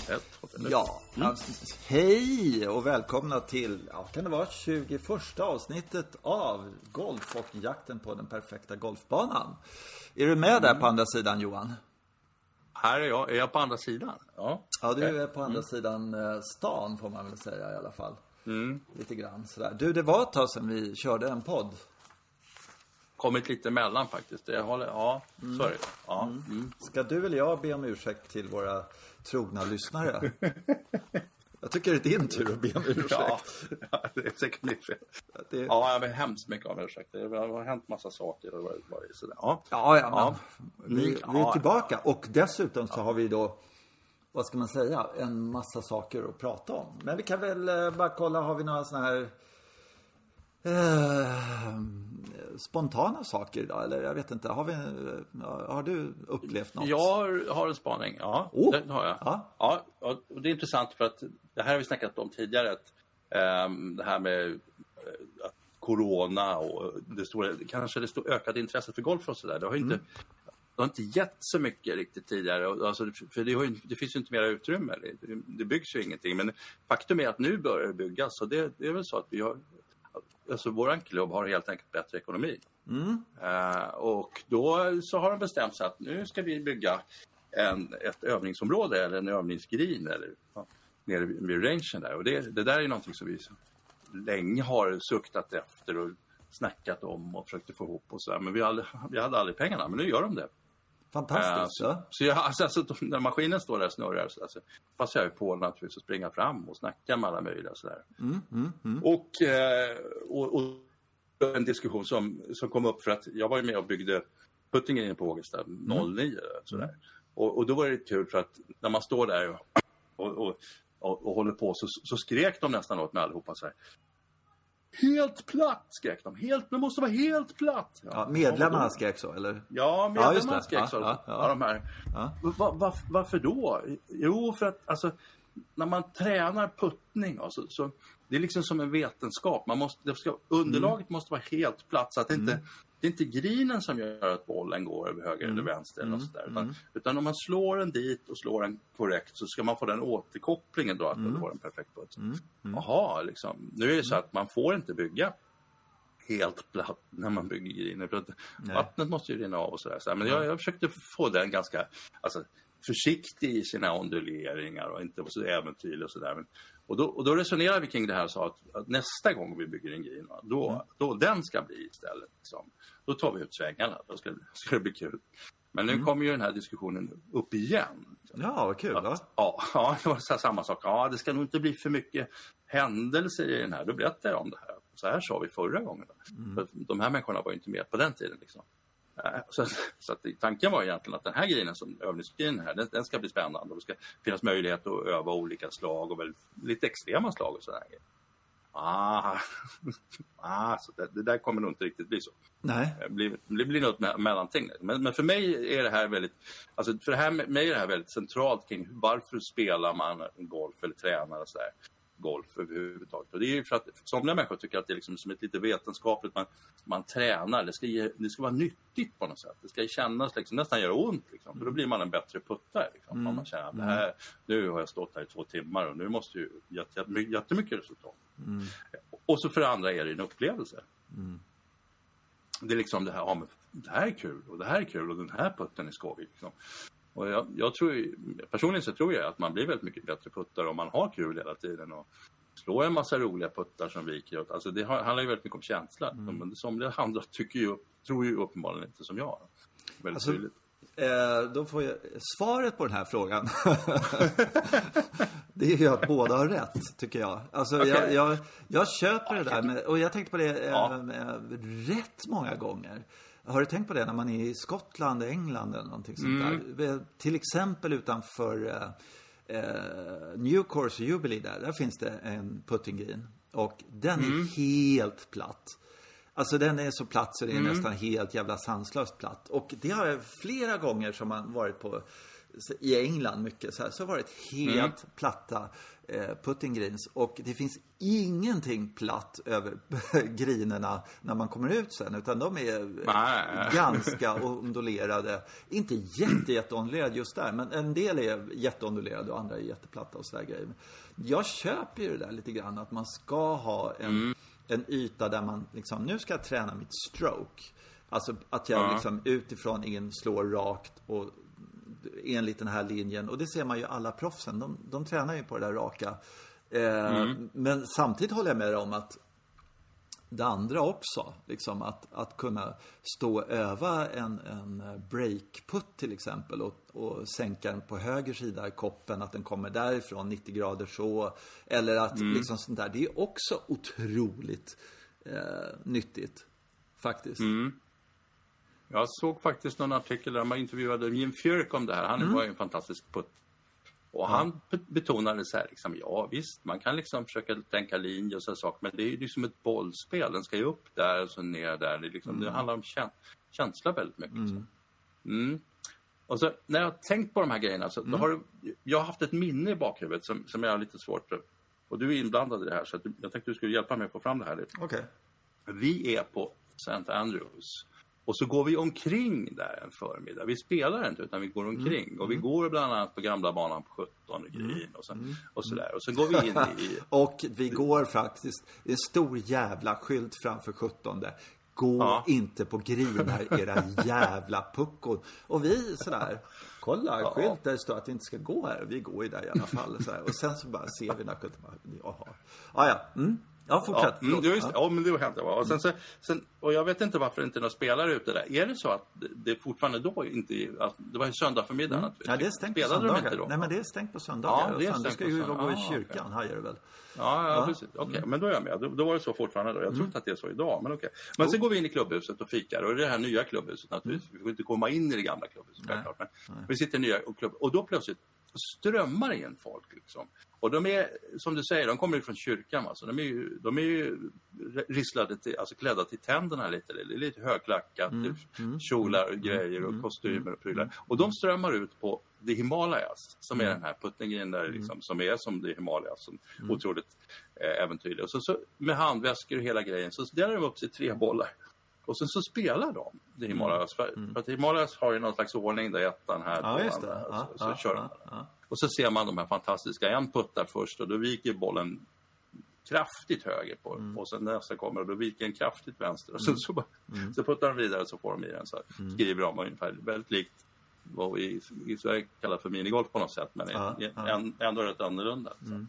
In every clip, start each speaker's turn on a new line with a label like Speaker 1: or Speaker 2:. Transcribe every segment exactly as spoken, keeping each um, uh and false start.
Speaker 1: Ett,
Speaker 2: ja, mm. alltså, hej och välkomna till, ja, kan det vara tjugoförsta avsnittet av Golf och jakten på den perfekta golfbanan. Är du med mm. där på andra sidan, Johan?
Speaker 1: Här är jag, är jag på andra sidan? Ja,
Speaker 2: ja du är på andra mm. sidan stan får man väl säga i alla fall.
Speaker 1: Mm.
Speaker 2: Lite grann sådär. Du, det var ett tag sedan vi körde en podd.
Speaker 1: Kommit lite emellan faktiskt. Jag håller, ja, mm. sorry. Ja.
Speaker 2: Mm. Mm. Ska du eller jag be om ursäkt till våra trogna lyssnare? Jag tycker det är din tur att be om ursäkt.
Speaker 1: Ja, ja det är säkert mitt fel. Det... Ja, jag ber hemskt mycket om ursäkt. Det har hänt massa saker. Och varit sådär. Ja,
Speaker 2: ja, ja, ja. Vi, vi är tillbaka. Och dessutom så har vi då, vad ska man säga, en massa saker att prata om. Men vi kan väl bara kolla, har vi några såna här eh, spontana saker idag? Eller jag vet inte, har, vi, har du upplevt något?
Speaker 1: Jag har en spaning, ja.
Speaker 2: Oh.
Speaker 1: Det har jag. Ja. Ja, och det är intressant för att det här har vi snackat om tidigare. Att, um, det här med uh, att corona och det stora, kanske det stora ökade intresset för golf och sådär. Det har ju inte... Mm. Det har inte gett så mycket riktigt tidigare. Alltså, för det, har ju, det finns ju inte mera utrymme. Det, det byggs ju ingenting. Men faktum är att nu börjar det byggas. Och det, det är väl så att vi har... Alltså våran klubb har helt enkelt bättre ekonomi.
Speaker 2: Mm.
Speaker 1: Uh, och då så har de bestämt sig att nu ska vi bygga en, ett övningsområde eller en övningsgrin eller ja, nere vid rangen där. Och det, det där är någonting som vi länge har suktat efter och snackat om och försökte få ihop och så där. Men vi, aldrig, vi hade aldrig pengarna, men nu gör de det.
Speaker 2: Fantastiskt. Uh,
Speaker 1: så så jag, alltså, alltså, när maskinen står där och snurrar så alltså, passar jag ju på naturligtvis att springa fram och snacka med alla möjliga så där.
Speaker 2: Mm, mm, mm.
Speaker 1: Och, eh, och, och en diskussion som, som kom upp för att jag var ju med och byggde puttingen på Ågesta noll nio. Mm. Sådär. Och, och då var det kul för att när man står där och, och, och, och, och håller på så, så skrek de nästan åt mig allihopa så här. Helt platt skrek de. Helt, det måste vara helt platt.
Speaker 2: Ja, ja, medlemmarna då, skrek så, eller?
Speaker 1: Ja, medlemmarna ja, skrek
Speaker 2: ja,
Speaker 1: så.
Speaker 2: Ja, ja.
Speaker 1: Ja, de här.
Speaker 2: Ja.
Speaker 1: Var, var, varför då? Jo, för att alltså, när man tränar puttning alltså, så det är liksom som en vetenskap. Man måste, det ska, underlaget mm. måste vara helt platt så att det inte mm. det är inte grinen som gör att bollen går över höger mm. eller vänster eller
Speaker 2: mm.
Speaker 1: sådär.
Speaker 2: Mm.
Speaker 1: Utan, utan om man slår den dit och slår den korrekt så ska man få den återkopplingen då att mm. det var en perfekt putt.
Speaker 2: Mm. Mm.
Speaker 1: Jaha, liksom. Nu är det så att man får inte bygga helt platt när man bygger griner. För att vattnet måste ju rinna av och sådär. Så men jag, jag försökte få den ganska alltså, försiktig i sina onduleringar och inte så äventyrlig och sådär. Och då, och då resonerade vi kring det här och sa att, att nästa gång vi bygger en grin, då, mm. då den ska bli istället. Liksom. Då tar vi ut svängarna, då ska det, ska det bli kul. Men nu mm. kommer ju den här diskussionen upp igen. Liksom.
Speaker 2: Ja, vad kul. Att,
Speaker 1: ja, ja, det var så samma sak. Ja, det ska nog inte bli för mycket händelser i den här. Då berättar jag om det här. Så här sa vi förra gången. Mm. För de här människorna var ju inte med på den tiden. Liksom. Så, så att tanken var egentligen att den här grinen som övningsgrinen här, den, den ska bli spännande. Och det ska finnas möjlighet att öva olika slag och väl lite extrema slag och sådär. Ah, ah, så det, det där kommer nog inte riktigt bli så.
Speaker 2: Nej.
Speaker 1: Det blir, det blir något me- mellanting. Men, men för mig är det här väldigt, alltså för det här, mig är det här väldigt centralt kring varför spelar man golf eller tränar och sådär. Golf överhuvudtaget. Och det är ju för att somliga människor tycker att det är liksom som ett lite vetenskapligt man, man tränar. Det ska, ge, det ska vara nyttigt på något sätt. Det ska kännas liksom, nästan göra ont. Liksom. För då blir man en bättre puttare. Liksom. Mm. Om man känner att det här, nu har jag stått här i två timmar och nu måste ju jätte, jättemycket resultat. Mm. Och så för det andra är det en upplevelse. Mm. Det är liksom det här, ja, men det här är kul och det här är kul och den här putten är skoj. Liksom. Och jag, jag tror, personligen så tror jag att man blir väldigt mycket bättre puttare om man har kul hela tiden och slår en massa roliga puttar som viker åt. Alltså det handlar ju väldigt mycket om känsla. Mm. Men somliga andra tycker ju, tror ju uppenbarligen inte som jag. Väldigt
Speaker 2: alltså,
Speaker 1: tydligt.
Speaker 2: Eh, då får jag svaret på den här frågan. Det är ju att båda har rätt, tycker jag. Alltså okay. jag, jag, jag köper det där med, och jag tänkte på det eh, ja. rätt många gånger. Har du tänkt på det när man är i Skottland, England eller någonting sånt mm. där? Till exempel utanför eh, eh, New Course Jubilee där, där finns det en putting green. Och den mm. är helt platt. Alltså den är så platt så det är mm. nästan helt jävla sanslöst platt. Och det har jag flera gånger som man varit på i England mycket så här, så har det varit helt mm. platta eh, putting greens, och det finns ingenting platt över grinerna när man kommer ut sen, utan de är
Speaker 1: Nej.
Speaker 2: ganska ondulerade, inte jätte, jätte ondulerade just där, men en del är jätteondulerade och andra är jätteplatta och sådär grejer. Jag köper ju det där lite grann, att man ska ha en, mm. en yta där man liksom, nu ska jag träna mitt stroke. Alltså att jag ja. liksom utifrån in slår rakt och enligt den här linjen. Och det ser man ju alla proffsen. De, de tränar ju på det där raka. Eh, mm. Men samtidigt håller jag med om att det andra också. Liksom att, att kunna stå och öva en, en breakputt till exempel. Och, och sänka den på höger sida i koppen. Att den kommer därifrån nittio grader så. Eller att mm. liksom sånt där. Det är också otroligt eh, nyttigt. Faktiskt.
Speaker 1: Mm. Jag såg faktiskt någon artikel där man intervjuade Jim Furyk om det här. Han mm. var ju en fantastisk putt. Och ja. han betonade så här, liksom, ja visst, man kan liksom försöka tänka linje och så saker, men det är ju liksom ett bollspel. Den ska ju upp där och så ner där. Det, liksom, mm. det handlar om käns- känsla väldigt mycket. Mm. Mm. Och så när jag har tänkt på de här grejerna, så mm. då har du, jag har haft ett minne i bakhuvudet som, som jag har lite svårt för. Och du är inblandad i det här, så att du, jag tänkte du skulle hjälpa mig att få fram det här lite.
Speaker 2: Okay.
Speaker 1: Vi är på Saint Andrews. Och så går vi omkring där en förmiddag. Vi spelar inte, utan vi går omkring. Mm. Och vi går bland annat på gamla banan på sjutton green och, så, mm. och sådär. Och så går vi in i...
Speaker 2: och vi går faktiskt... Det är en stor jävla skylt framför sjutton där. Gå ja. inte på green här, era jävla puckor. Och vi sådär... Kolla, ja. skylt där det står att det inte ska gå här. Vi går ju där i alla fall. Sådär. Och sen så bara ser vi när skylten bara... Jaha. Ah, ja, mm. Ja, fortsätt.
Speaker 1: Ja, mm, just, ja. ja, men det hände. Och, sen så, sen, och jag vet inte varför det inte är några spelare ute där. Är det så att det fortfarande då inte... Att det var ju söndag förmiddag. Mm.
Speaker 2: Ja, det är stängt på söndagar. Nej, men det är stängt på söndagar. Ja, det är stängt ska ju gå i kyrkan, ah, här gör det väl.
Speaker 1: Ja, ja, ja. precis. Okej, okay. mm. men då är jag med. Då, då var det så fortfarande då. Jag tror mm. inte att det är så idag, men okej. Okay. Men oh. sen går vi in i klubbhuset och fikar. Och det är det här nya klubbhuset naturligtvis. Mm. Vi får inte komma in i det gamla klubbhuset, självklart. Men Nej. vi sitter i nya klubb. Och då plötsligt strömmar in folk liksom. Och de är, som du säger, de kommer ju från kyrkan. Alltså. De är ju, de är ju risslade till, alltså klädda till tänderna lite. Det är lite högklackat, mm. Mm. kjolar och grejer och kostymer och prylar. Och de strömmar ut på det Himalayas, som är den här puttingen där liksom, som är som det Himalayas, som mm. otroligt eh, äventyrligt. Och så, så med handväskor och hela grejen så delar de upp sig tre bollar. Och sen så spelar de det Himalayas. För, mm. för att Himalayas har ju någon slags ordning där ettan här.
Speaker 2: Ja, just det.
Speaker 1: Ja, så,
Speaker 2: ja,
Speaker 1: så kör
Speaker 2: ja, ja.
Speaker 1: Och så ser man de här fantastiska. En puttar först och då viker bollen kraftigt höger på. Mm. Och sen nästa kommer och då viker en kraftigt vänster. Och sen så, bara, mm. så puttar de vidare så får de i den. Så mm. skriver de ungefär väldigt likt vad vi i Sverige kallar för minigolf på något sätt. Men ja, ja. En, ändå rätt annorlunda. Mm.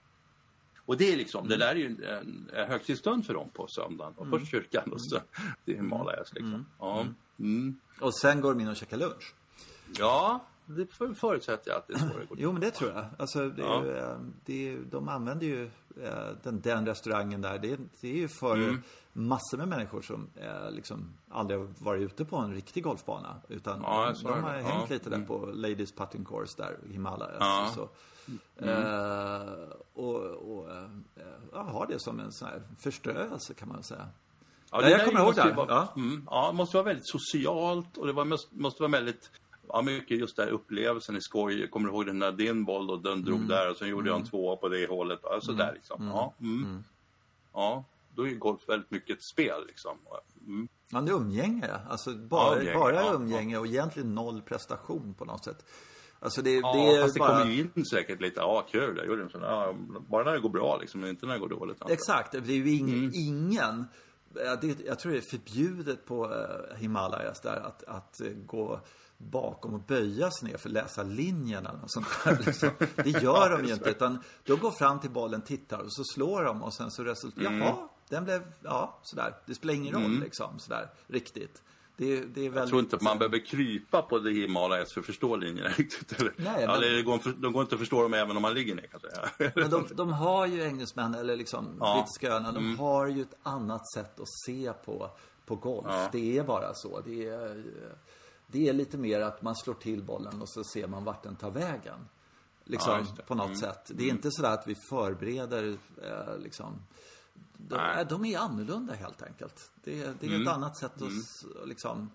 Speaker 1: Och det är liksom, mm. det där är ju en, en högtidsstund för dem på söndagen. Och mm. först kyrkan och så det är Himalayas liksom.
Speaker 2: Mm.
Speaker 1: Ja. Mm.
Speaker 2: Och sen går de in och käkar lunch.
Speaker 1: Ja, det förutsätter jag att det är så det går.
Speaker 2: Jo, men det tror jag. Alltså, det är ja. ju, det är, de använder ju den, den restaurangen där. Det är, det är ju för mm. massor med människor som eh, liksom aldrig har varit ute på en riktig golfbana. Utan
Speaker 1: ja,
Speaker 2: de har
Speaker 1: det.
Speaker 2: hängt
Speaker 1: ja.
Speaker 2: lite där mm. på Ladies Putting Course där i Himalayas.
Speaker 1: Ja.
Speaker 2: Och så. Mm. Uh, och och uh, uh, har det som en sån här förströelse kan man säga.
Speaker 1: Ja, det
Speaker 2: jag kommer ihåg det.
Speaker 1: Vara, ja. Mm, ja, det måste vara väldigt socialt och det var, måste, måste vara väldigt ja, mycket just där upplevelsen i skoj. Jag kommer ihåg den där din boll och den drog mm. där och sen gjorde mm. jag en två på det hålet. Alltså mm. där liksom.
Speaker 2: Mm.
Speaker 1: Ja, mm. Mm. ja, då är golf väldigt mycket ett spel liksom. Mm.
Speaker 2: Ja, det är umgänge. Alltså bara, ja, umgänge, bara
Speaker 1: ja,
Speaker 2: umgänge och egentligen noll prestation på något sätt. Alltså det,
Speaker 1: ja,
Speaker 2: det är
Speaker 1: fast det
Speaker 2: bara...
Speaker 1: kommer ju in säkert lite, ja kul, jag gjorde det. Ja, bara när det går bra liksom, men inte när det går dåligt. Alltså.
Speaker 2: Exakt, det är ju ingen, mm. ingen det, jag tror det är förbjudet på uh, Himalayas där att, att uh, gå bakom och böja sig ner för att läsa linjerna och sånt där. Liksom. Det gör de ju inte, utan de går fram till bollen, tittar och så slår de och sen så resulterar, mm. jaha, den blev, ja, sådär. Det spelar ingen roll mm. liksom, sådär, riktigt. Det, det är väldigt,
Speaker 1: jag tror inte att man behöver krypa på det Himalayas för att förstå linjerna riktigt. Eller?
Speaker 2: Nej,
Speaker 1: men... eller, det går, de går inte att förstå dem även om man ligger ner, kan jag säga.
Speaker 2: Men de, de har ju engelsmän, eller liksom
Speaker 1: ja.
Speaker 2: brittiska öarna, de
Speaker 1: mm.
Speaker 2: har ju ett annat sätt att se på, på golf. Ja. Det är bara så. Det är, det är lite mer att man slår till bollen och så ser man vart den tar vägen. Liksom, ja, på något mm. sätt. Det är inte så att vi förbereder eh, liksom... De, de är annorlunda helt enkelt. Det, det är mm. ett annat sätt att mm. liksom,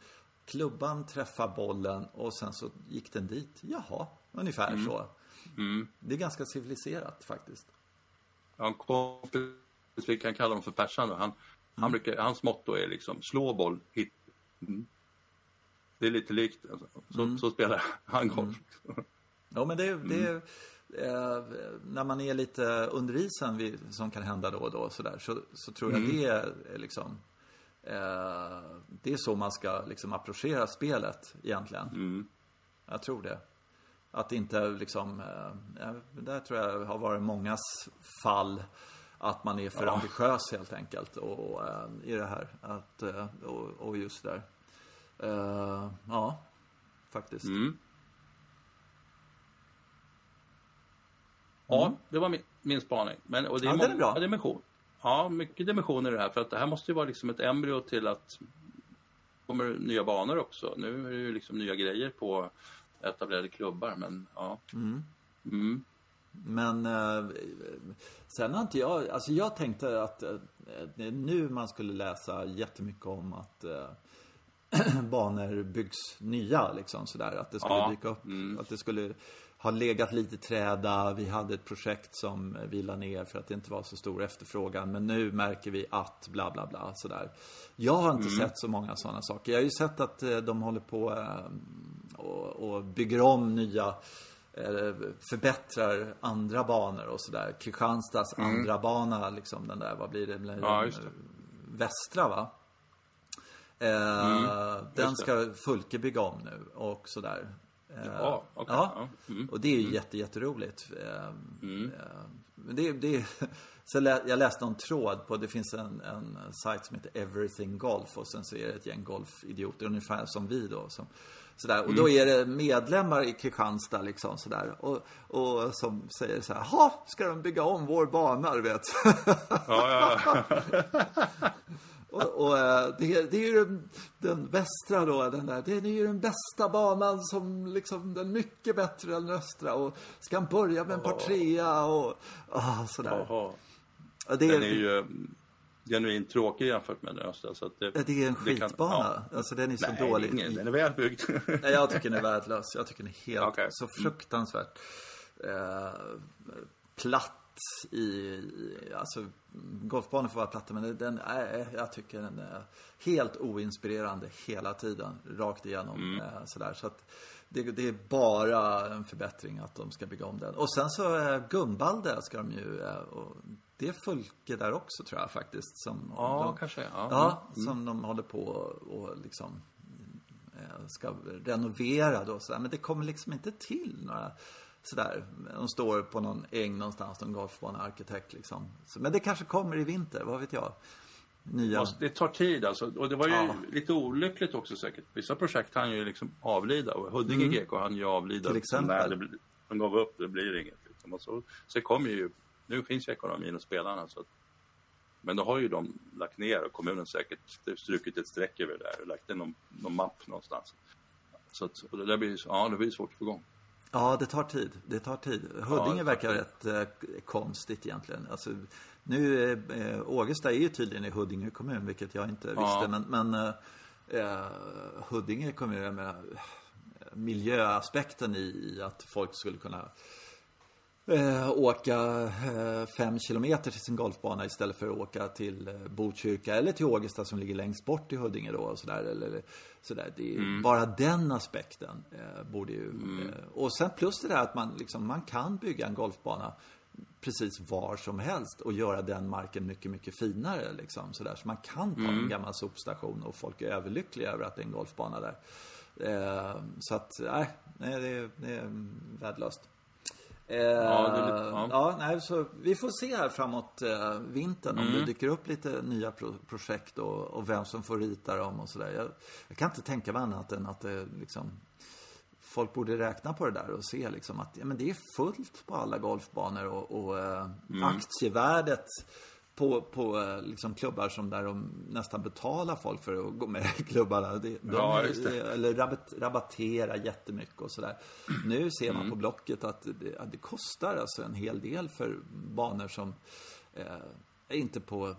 Speaker 2: klubban träffade bollen och sen så gick den dit. Jaha, ungefär mm. så. Mm. Det är ganska civiliserat faktiskt.
Speaker 1: Ja, en kompis, vi kan kalla honom för Persan då. Han, mm. han brukar, hans motto är liksom slå boll, hit. Mm. Det är lite likt. Alltså. Så, mm. så spelar han golf.
Speaker 2: Mm. Ja, men det, det är... Mm. Eh, när man är lite under isen, vi, som kan hända då och då så, där, så, så tror jag mm. det är liksom eh, det är så man ska liksom approchera spelet egentligen. Mm. Jag tror det. Att inte liksom eh, där tror jag har varit mångas fall att man är för ja. ambitiös helt enkelt och, och eh, i det här att, eh, och, och just där eh, ja faktiskt.
Speaker 1: Mm. Ja, mm. det var min, min spaning. Men, och det är,
Speaker 2: ja,
Speaker 1: många,
Speaker 2: är bra.
Speaker 1: Dimension. Ja, mycket dimensioner i det här. För att det här måste ju vara liksom ett embryo till att kommer nya banor också. Nu är det ju liksom nya grejer på etablerade klubbar. Men ja.
Speaker 2: Mm.
Speaker 1: Mm.
Speaker 2: Men eh, sen har inte jag... Alltså jag tänkte att eh, nu man skulle läsa jättemycket om att eh, banor byggs nya. Liksom, sådär, att det skulle
Speaker 1: ja.
Speaker 2: dyka upp.
Speaker 1: Mm.
Speaker 2: Att det skulle... har legat lite träda. Vi hade ett projekt som vi la ner för att det inte var så stor efterfrågan. Men nu märker vi att bla bla bla sådär. Jag har inte mm. sett så många sådana saker. Jag har ju sett att de håller på och, och bygger om nya, förbättrar andra banor och sådär. Kristianstads mm. andra bana, liksom den där, vad blir det? Blir
Speaker 1: ja, just det.
Speaker 2: Västra, va? Mm, den ska Fulke bygga om nu och sådär.
Speaker 1: Ja, okay.
Speaker 2: ja.
Speaker 1: Mm.
Speaker 2: Och det är ju
Speaker 1: mm.
Speaker 2: jätte, jätteroligt.
Speaker 1: Mm.
Speaker 2: Men det, det, så jag läste en tråd på, det finns en, en sajt som heter Everything Golf och sen så är det ett gäng golfidioter ungefär som vi då. Som, sådär. Och mm. då är det medlemmar i Kristianstad liksom sådär. Och, och som säger så här: ha, ska de bygga om vår bana, vet?
Speaker 1: Ja, ja.
Speaker 2: Och, och det, det är ju den, den västra då, den där, det är ju den bästa banan som liksom, den mycket bättre än östra och ska han börja med en par trea och ah, sådär.
Speaker 1: Jaha.
Speaker 2: Det
Speaker 1: den är ju genuint tråkig jämfört med den östra. Så att det,
Speaker 2: det är en skitbana. Kan, ja. Alltså den är så
Speaker 1: Nej,
Speaker 2: dålig.
Speaker 1: Ingen, den är välbyggd.
Speaker 2: Nej, jag tycker den är värdelös. Jag tycker den är helt
Speaker 1: okay.
Speaker 2: så fruktansvärt eh, platt. I, alltså golfbanor får vara platta, men den är, jag tycker den är helt oinspirerande hela tiden rakt igenom mm. eh, sådär, så att det, det är bara en förbättring att de ska bygga om den. Och sen så eh, Gumbalde ska de ju eh, och det är Fulke där också tror jag faktiskt som
Speaker 1: ja,
Speaker 2: de,
Speaker 1: kanske ja,
Speaker 2: ja
Speaker 1: mm.
Speaker 2: som de håller på och liksom eh, ska renovera då sådär, men det kommer liksom inte till några sådär, de står på någon äng någonstans, någon golfbanearkitekt liksom. Så, men det kanske kommer i vinter, vad vet jag. Nya...
Speaker 1: Alltså, det tar tid alltså, och det var ju ja. lite olyckligt också säkert. Vissa projekt han ju liksom avlida, och Huddinge mm. G K han ju avlida.
Speaker 2: Till exempel.
Speaker 1: Det blir, de gav upp, det blir inget liksom. Och så, så kommer ju, nu finns ju ekonomin och spelarna så att, men då har ju de lagt ner och kommunen säkert strukit ett streck över det där och lagt in någon, någon mapp någonstans. Så att, och det där blir, ja, det blir svårt att få igång.
Speaker 2: Ja, det tar tid. Det tar tid. Huddinge ja, verkar rätt eh, konstigt egentligen. Alltså, nu eh, Ågesta är ju tydligen i Huddinge kommun, vilket jag inte visste.
Speaker 1: Ja.
Speaker 2: Men, men eh, Huddinge kommun med miljöaspekten i, i att folk skulle kunna eh, åka eh, fem kilometer till sin golfbana istället för att åka till eh, Botkyrka eller till Ågesta som ligger längst bort i Huddinge då och sådär, eller sådär. Det är mm. bara den aspekten eh, borde ju mm. eh, och sen plus det där att man liksom, man kan bygga en golfbana precis var som helst och göra den marken mycket mycket finare liksom sådär, så man kan ta mm. en gammal sopstation och folk är överlyckliga över att det är en golfbana där. Eh, så att nej, nej det, är, det är värdelöst. Eh, ja, det är lite, ja. ja, nej, så vi får se här framåt eh, vintern mm. om det dyker upp lite nya pro- projekt och, och vem som får rita dem och sådär. Jag, jag kan inte tänka mig annat än att det liksom, folk borde räkna på det där och se liksom att ja, men det är fullt på alla golfbanor och, och eh, mm. aktievärdet på, på liksom klubbar som där de nästan betalar folk för att gå med i klubbarna. De,
Speaker 1: ja,
Speaker 2: de, det. Eller rabatt, rabattera jättemycket och sådär. Nu ser man mm. på Blocket att det, att det kostar alltså en hel del för banor som eh, är inte på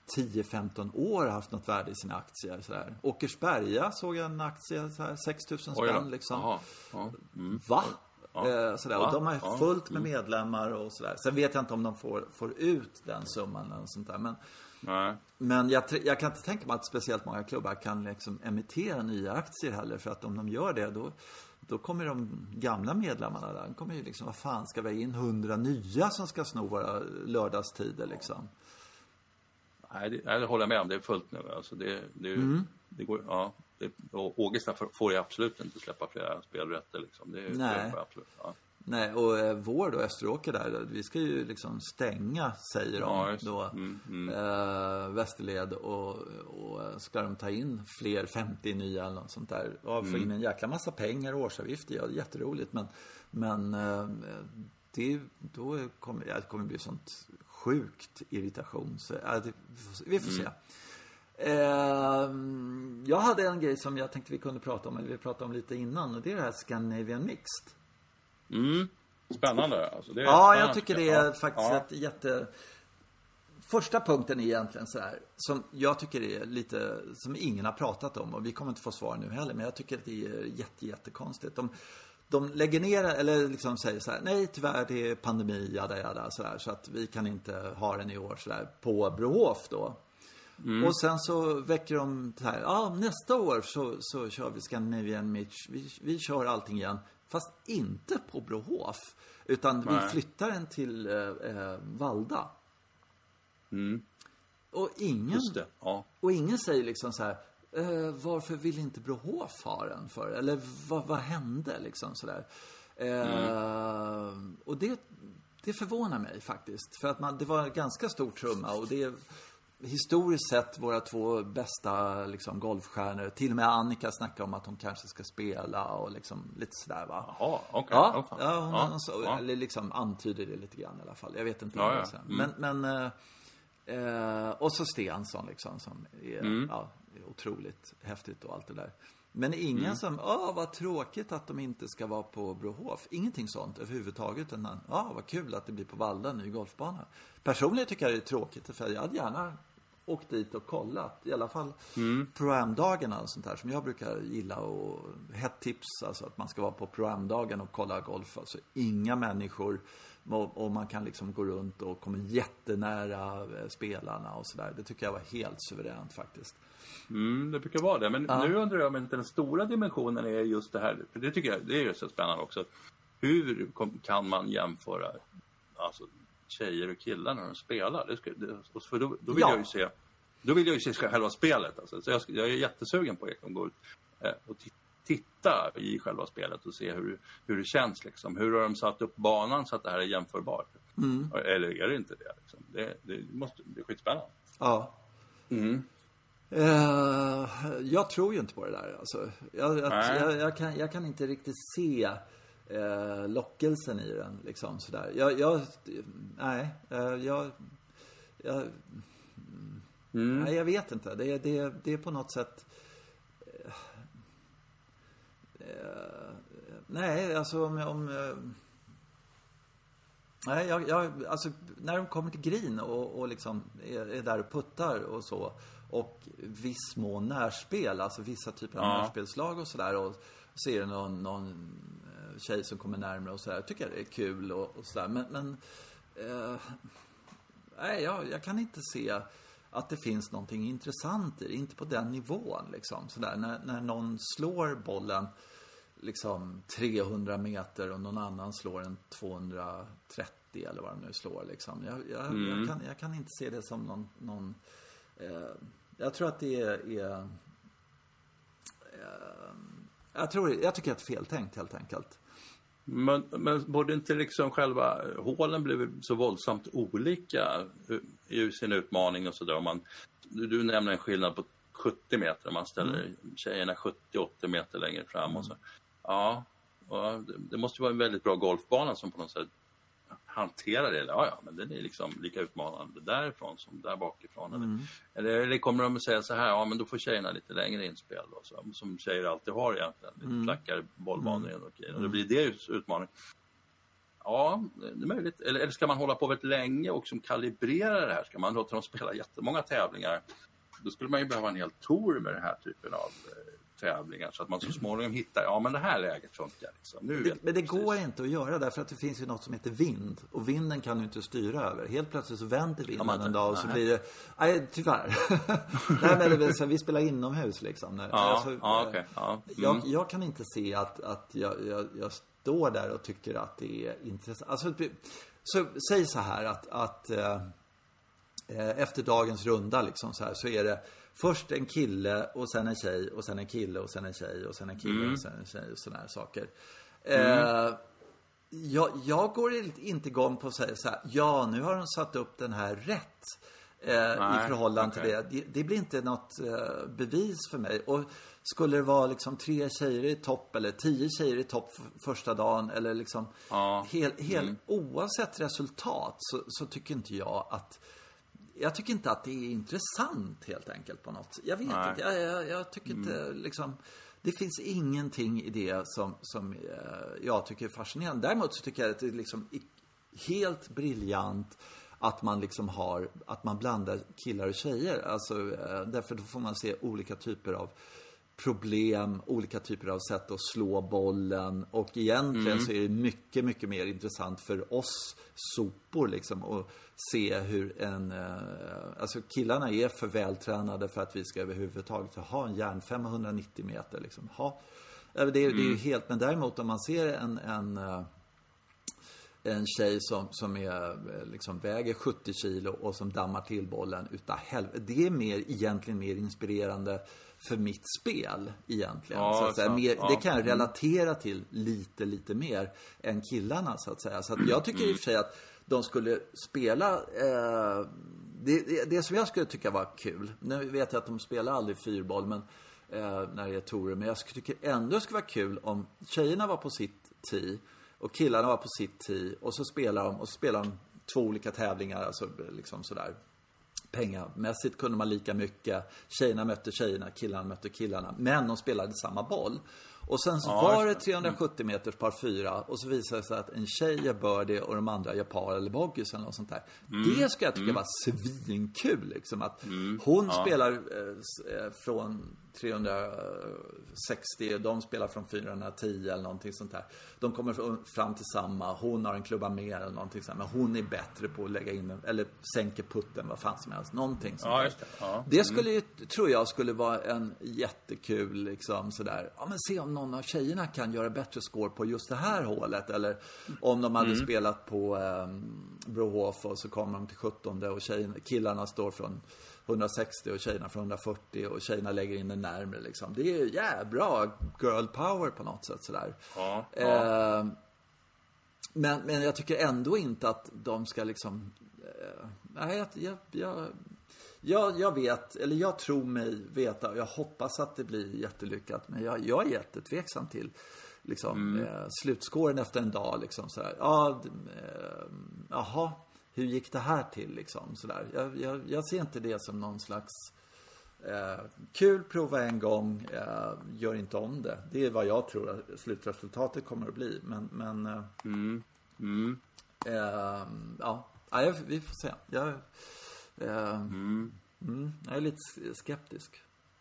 Speaker 2: tio femton år haft något värde i sina aktier. Sådär. Åkersberga såg jag en aktie, såhär, sex tusen spänn liksom.
Speaker 1: Aha. Ja. Mm.
Speaker 2: Va?
Speaker 1: Ja.
Speaker 2: Eh, sådär. Och de har
Speaker 1: Ja.
Speaker 2: fullt med medlemmar och sådär. Sen vet jag inte om de får, får ut den summan eller sånt där. Men,
Speaker 1: Nej.
Speaker 2: men jag, jag kan inte tänka mig att speciellt många klubbar kan liksom emittera nya aktier heller. För att om de gör det, då, då kommer de gamla medlemmarna där. De kommer ju liksom, vad fan, ska vi ha in hundra nya som ska sno våra lördagstider liksom?
Speaker 1: Nej, det, nej, det håller jag med om. Det är fullt nu. Alltså det, det,
Speaker 2: Mm.
Speaker 1: det går, ja. Det, och Ågesta får ju absolut inte släppa flera spelrätter. Liksom. Det,
Speaker 2: Nej.
Speaker 1: det absolut, ja.
Speaker 2: Nej, och eh, vår då, Österåker där, vi ska ju liksom stänga, säger de
Speaker 1: Ja, just det.
Speaker 2: då,
Speaker 1: Mm, mm.
Speaker 2: Eh, Västerled, och, och ska de ta in fler femtio nya eller något sånt där, och få in en jäkla massa pengar och årsavgifter, ja, det är jätteroligt, men, men eh, det, då kommer ja, det kommer bli sånt sjukt irritation, så ja, det, vi får se. Eh, jag hade en grej som jag tänkte vi kunde prata om, eller vi pratade om lite innan, och det är det här Scandinavian Mixed.
Speaker 1: Mm. Spännande. Alltså, det är
Speaker 2: Ja,
Speaker 1: spännande.
Speaker 2: jag tycker det är
Speaker 1: Ja.
Speaker 2: faktiskt
Speaker 1: Ja.
Speaker 2: ett jätte... Första punkten är egentligen så här, som jag tycker är lite, som ingen har pratat om, och vi kommer inte få svar nu heller, men jag tycker att det är jätte, jättekonstigt. De, de lägger ner, eller liksom säger så här, nej tyvärr det är pandemi, jada, jada, så här, så att vi kan inte ha den i år så där, på Brohof då. Mm. Och sen så väcker de så här, ja nästa år så, så kör vi Scandinavian Mixed, vi, vi kör allting igen. Fast inte på Brohof, utan Nej. vi flyttar den till eh, eh, Valda.
Speaker 1: Mm.
Speaker 2: Och ingen
Speaker 1: Just det. Ja.
Speaker 2: och ingen säger liksom så här, eh, varför vill inte Brohof ha den för? Eller vad, vad hände liksom så där. Eh, mm. Och det det förvånar mig faktiskt, för att man, det var en ganska stor trumma, och det är historiskt sett våra två bästa liksom, golfstjärnor. Till och med Annika snackar om att hon kanske ska spela och liksom lite sådär, va?
Speaker 1: Jaha, okej. Okay.
Speaker 2: Ja, oh, ja, hon,
Speaker 1: ja,
Speaker 2: hon så,
Speaker 1: ja.
Speaker 2: Eller liksom antyder det lite grann i alla fall. Jag vet inte.
Speaker 1: Ja, ja.
Speaker 2: Mm. Men, men eh, och så Stensson liksom, som är, mm. ja, är otroligt häftigt och allt det där. Men ingen mm. som, åh vad tråkigt att de inte ska vara på Brohof. Ingenting sånt överhuvudtaget. Utan, ja vad kul att det blir på Valda, ny golfbana. Personligen tycker jag det är tråkigt, för jag hade gärna åkt dit och kollat. I alla fall mm. Pro-Am-dagarna och sånt där som jag brukar gilla. Och hett tips, alltså att man ska vara på Pro-Am-dagen och kolla golf. Alltså inga människor, och man kan liksom gå runt och komma jättenära spelarna och sådär. Det tycker jag var helt suveränt faktiskt.
Speaker 1: Mm, det brukar vara det. Men ja. nu undrar jag om inte den stora dimensionen är just det här. För det tycker jag, det är ju så spännande också. Hur kan man jämföra alltså tjejer och killar när de spelar? Det ska, det, för då, då vill ja. jag ju se då vill jag ju se själva spelet. Alltså. Så jag, jag är jättesugen på att gå ut eh, och t- titta i själva spelet och se hur, hur det känns. Liksom. Hur har de satt upp banan så att det här är jämförbart? Mm. Eller är det inte det? Liksom? Det, det måste bli skitspännande.
Speaker 2: Ja.
Speaker 1: Mm.
Speaker 2: Uh, jag tror ju inte på det där. Alltså, jag, att, jag, jag, kan, jag kan inte riktigt se uh, lockelsen i den. Liksom, sådär. Jag, jag, nej, uh, jag, jag, mm. nej, jag vet inte. Det, det, det är på något sätt... Uh, uh, nej, alltså om... om uh, nej, jag, jag, alltså när de kommer till green och, och liksom är, är där och puttar och så... Och viss små närspel, alltså vissa typer av ja. närspelslag och sådär. Och ser det någon, någon tjej som kommer närmare och sådär. Jag tycker det är kul och, och sådär. Men, men eh, nej, jag, jag kan inte se att det finns någonting intressant i det. Inte på den nivån liksom. Sådär. När, när någon slår bollen liksom trehundra meter och någon annan slår en tvåhundratrettio eller vad de nu slår liksom. Jag, jag, mm. jag, kan, jag kan inte se det som någon... någon eh, Jag tror att det är, är äh, jag, tror, jag tycker att det är feltänkt helt enkelt.
Speaker 1: Men, men borde inte liksom själva hålen blivit så våldsamt olika i sin utmaning och sådär? Man, du, du nämner en skillnad på sjuttio meter. Man ställer mm. tjejerna sjuttio till åttio meter längre fram. Mm. Och så. Ja, och det, det måste ju vara en väldigt bra golfbana som på något sätt hantera det. Ja, ja, men den är liksom lika utmanande därifrån som där bakifrån. Mm. Eller, eller kommer de att säga så här, ja men då får tjejerna lite längre inspel då, så, som tjejer alltid har egentligen. Lite mm. flackare bollbanor mm. och, och det blir det utmaning. Ja, det är möjligt. Eller, eller ska man hålla på väldigt länge och som kalibrera det här? Ska man låta dem spela jättemånga tävlingar? Då skulle man ju behöva en hel tour med den här typen av eh, tävlingar. Så att man så småningom hittar, ja men det här läget funkar. Liksom. Nu
Speaker 2: det, men det går inte att göra därför att det finns ju något som heter vind. Och vinden kan du inte styra över. Helt plötsligt så vänder vinden ja, en dag och så nej. blir det... Nej, tyvärr. Nej, men det är så, vi spelar inomhus liksom.
Speaker 1: Ja, alltså, ja, okay. ja. Mm.
Speaker 2: jag, jag kan inte se att, att jag, jag, jag står där och tycker att det är intressant. Alltså, så, säg så här att, att äh, efter dagens runda liksom så här, så är det först en kille och sen en tjej och sen en kille och sen en tjej och sen en kille mm. och sen en tjej och såna här saker. Mm. Eh, jag, jag går inte igång på att säga så här, ja nu har de satt upp den här rätt eh, Nej, i förhållande okay. till det. det. Det blir inte något eh, bevis för mig. Och skulle det vara liksom tre tjejer i topp eller tio tjejer i topp f- första dagen eller liksom
Speaker 1: ja.
Speaker 2: hel, hel, mm. oavsett resultat så, så tycker inte jag att Jag tycker inte att det är intressant helt enkelt på något. Jag vet Nej. inte. Jag, jag, jag tycker mm. inte liksom... Det finns ingenting i det som, som eh, jag tycker är fascinerande. Däremot så tycker jag att det är liksom helt briljant att man liksom har... Att man blandar killar och tjejer. Alltså, eh, därför då får man se olika typer av problem, olika typer av sätt att slå bollen och egentligen mm. så är det mycket, mycket mer intressant för oss sopor liksom att se hur en alltså killarna är för vältränade för att vi ska överhuvudtaget ha en järn femhundranittio meter liksom. Ha. Det, är, mm. det är ju helt, men däremot om man ser en en en tjej som, som är, liksom, väger sjuttio kilo och som dammar till bollen utav helvete. Det är mer, egentligen mer inspirerande för mitt spel egentligen.
Speaker 1: Ja,
Speaker 2: så att säga.
Speaker 1: så,
Speaker 2: mer,
Speaker 1: ja.
Speaker 2: Det kan jag relatera till lite, lite mer än killarna så att säga. Så att jag tycker i och för sig att de skulle spela... Eh, det, det, det som jag skulle tycka var kul. Nu vet jag att de spelar aldrig fyrboll men, eh, när det är torer. Men jag tycker ändå det skulle vara kul om tjejerna var på sitt tee och killarna var på sitt tee och så spelar de och så spelar de två olika tävlingar, alltså liksom sådär pengamässigt kunde man lika mycket. Tjejerna mötte tjejerna, killarna mötte killarna, men de spelade samma boll. Och sen så ja, var det trehundrasjuttio meters par fyra och så visade det sig att en tjej gör birdie och de andra gör par eller boggies eller något sånt där. Mm. Det ska jag tycka mm. var svinkul liksom att mm. hon ja. spelar eh, från trehundrasextio, de spelar från fyrahundratio eller någonting sånt där. De kommer fram till samma, hon har en klubba mer eller någonting sånt, men hon är bättre på att lägga in eller sänka putten, vad fan som helst, någonting sånt
Speaker 1: ja,
Speaker 2: där.
Speaker 1: det. Ja.
Speaker 2: det skulle ju, tror jag skulle vara en jättekul liksom sådär, ja men se om någon av tjejerna kan göra bättre score på just det här hålet, eller om de hade mm. spelat på um, Brohof och så kommer de till sjuttonde och tjejerna, killarna står från hundrasextio och tjejerna från hundrafyrtio och tjejerna lägger in den närmare liksom. Det är ju jävla bra girl power på något sätt sådär.
Speaker 1: Ja, ja.
Speaker 2: Eh, men, men jag tycker ändå inte att de ska liksom eh, nej, jag, jag, jag, jag, jag vet, eller jag tror mig veta, jag hoppas att det blir jättelyckat, men jag, jag är jättetveksam till liksom mm. eh, slutskåren efter en dag liksom sådär. Ja, eh, jaha. Hur gick det här till liksom sådär. Jag, jag, jag ser inte det som någon slags eh, kul, prova en gång, eh, gör inte om det. Det är vad jag tror att slutresultatet kommer att bli. Men, men eh,
Speaker 1: mm. Mm.
Speaker 2: Eh, ja, ja, vi får se. Jag, eh,
Speaker 1: mm.
Speaker 2: Mm, jag är lite skeptisk.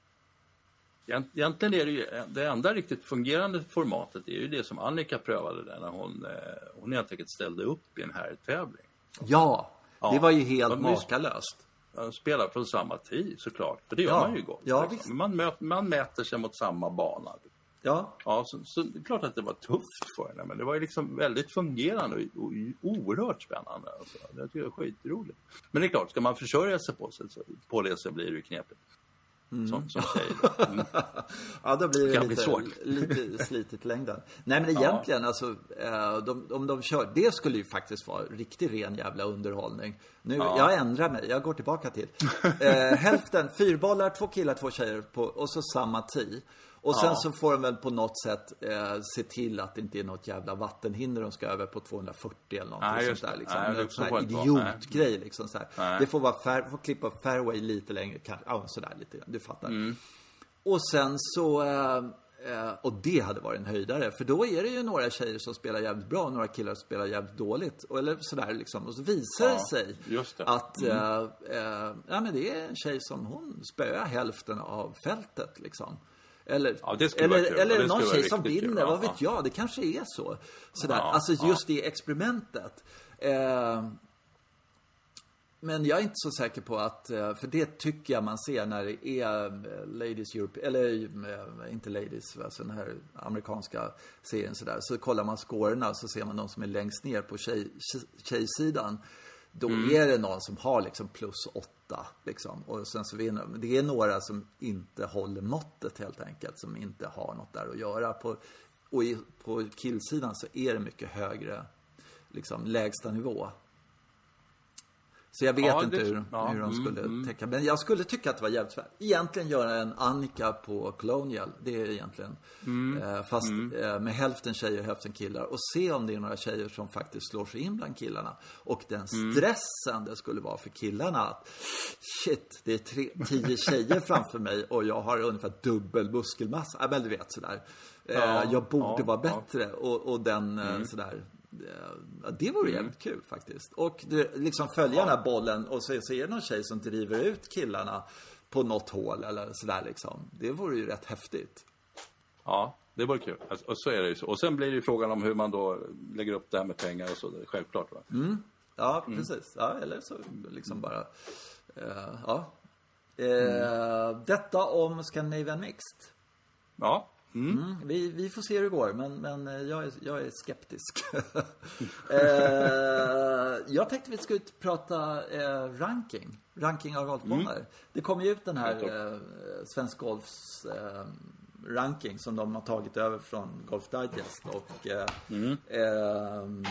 Speaker 1: Egentligen är det ju det enda riktigt fungerande formatet är ju det som Annika prövade där när hon, hon helt enkelt ställde upp i en här tävling.
Speaker 2: Ja, det var ju helt
Speaker 1: de
Speaker 2: makalöst.
Speaker 1: De spelar från samma tid såklart. För det gör
Speaker 2: ja.
Speaker 1: man ju gott.
Speaker 2: Ja,
Speaker 1: liksom. man, möter, man mäter sig mot samma bana.
Speaker 2: Ja.
Speaker 1: Ja, så, så det är klart att det var tufft för henne. Men det var ju liksom väldigt fungerande och, och, och oerhört spännande. Alltså. Det tycker jag är skitroligt. Men det är klart, ska man försörja sig på, sig, så, på det så blir det ju knepigt. Mm. Som, som tjej. Mm.
Speaker 2: Ja, då blir det, det lite, lite slitigt längden. Nej, men egentligen, ja. alltså, de, om de kör, det skulle ju faktiskt vara riktigt ren jävla underhållning. Nu, ja. jag ändrar mig, jag går tillbaka till. eh, hälften, fyrbollar, två killar, två tjejer, på, och så samma tee. Och sen ja. så får de väl på något sätt eh, se till att det inte är något jävla vattenhinder de ska över på tvåhundrafyrtio eller något
Speaker 1: Nej,
Speaker 2: sånt där. Liksom.
Speaker 1: Nej,
Speaker 2: en sån här idiotgrej liksom så här. Det får vara fär, får klippa fairway lite längre, kanske, ja, sådär lite grann, du fattar.
Speaker 1: Mm.
Speaker 2: Och sen så, eh, Eh, och det hade varit en höjdare. För då är det ju några tjejer som spelar jävligt bra och några killar som spelar jävligt dåligt. Och, eller sådär liksom. Och så visar
Speaker 1: Ja,
Speaker 2: det sig
Speaker 1: just det.
Speaker 2: att
Speaker 1: Mm.
Speaker 2: eh, eh, ja, men det är en tjej som hon spöar hälften av fältet liksom. Eller,
Speaker 1: Ja, det skulle vara
Speaker 2: eller,
Speaker 1: kul.
Speaker 2: eller
Speaker 1: Ja, det
Speaker 2: någon
Speaker 1: skulle
Speaker 2: tjej
Speaker 1: vara
Speaker 2: som
Speaker 1: riktigt kul.
Speaker 2: vinner,
Speaker 1: Ja,
Speaker 2: vad vet
Speaker 1: ja.
Speaker 2: jag. Det kanske är så. Sådär.
Speaker 1: Ja,
Speaker 2: alltså
Speaker 1: ja.
Speaker 2: just det experimentet. Eh, Men jag är inte så säker på att, för det tycker jag man ser när det är Ladies Europe, eller inte Ladies, alltså den här amerikanska serien sådär. Så kollar man scorerna så ser man de som är längst ner på tjej, tjejsidan. Då mm. är det någon som har liksom plus åtta liksom. Och sen så vinner. Det är några som inte håller måttet helt enkelt, som inte har något där att göra. På, och i, på killsidan så är det mycket högre liksom lägsta nivå. Så jag vet
Speaker 1: ja,
Speaker 2: inte
Speaker 1: det,
Speaker 2: hur,
Speaker 1: ja,
Speaker 2: hur de skulle
Speaker 1: mm,
Speaker 2: täcka. Men jag skulle tycka att det var jävligt svårt. Egentligen göra en Annika på Colonial. Det är egentligen. Mm, eh, fast mm. eh, med hälften tjejer och hälften killar. Och se om det är några tjejer som faktiskt slår sig in bland killarna. Och den stressen mm. det skulle vara för killarna. Att, shit, det är tre, tio tjejer framför mig. Och jag har ungefär dubbel muskelmassa. Ja, men du vet sådär. Eh,
Speaker 1: ja,
Speaker 2: jag borde
Speaker 1: ja,
Speaker 2: vara bättre.
Speaker 1: Ja.
Speaker 2: Och, och den mm. sådär. Det vore
Speaker 1: mm.
Speaker 2: jävligt kul faktiskt. Och det, liksom följa ja. den här bollen. Och så, så är det någon tjej som driver ut killarna på något hål eller sådär liksom. Det vore ju rätt häftigt.
Speaker 1: Ja, det vore kul. Alltså, och så är det ju så. Och sen blir det ju frågan om hur man då lägger upp det här med pengar och så. Det är självklart va?
Speaker 2: Mm. Ja, precis. Mm. Ja, eller så liksom bara uh, ja. Uh, mm. Detta om Scandinavian Mixed.
Speaker 1: Ja. Mm.
Speaker 2: Mm, vi, vi får se hur det går, men, men jag, är, jag är skeptisk. eh, jag tänkte vi skulle prata eh, ranking. Ranking av golfbanor. Mm. Det kom ju ut den här eh, Svensk Golfs eh, ranking som de har tagit över från Golf Digest. Och eh, mm. eh,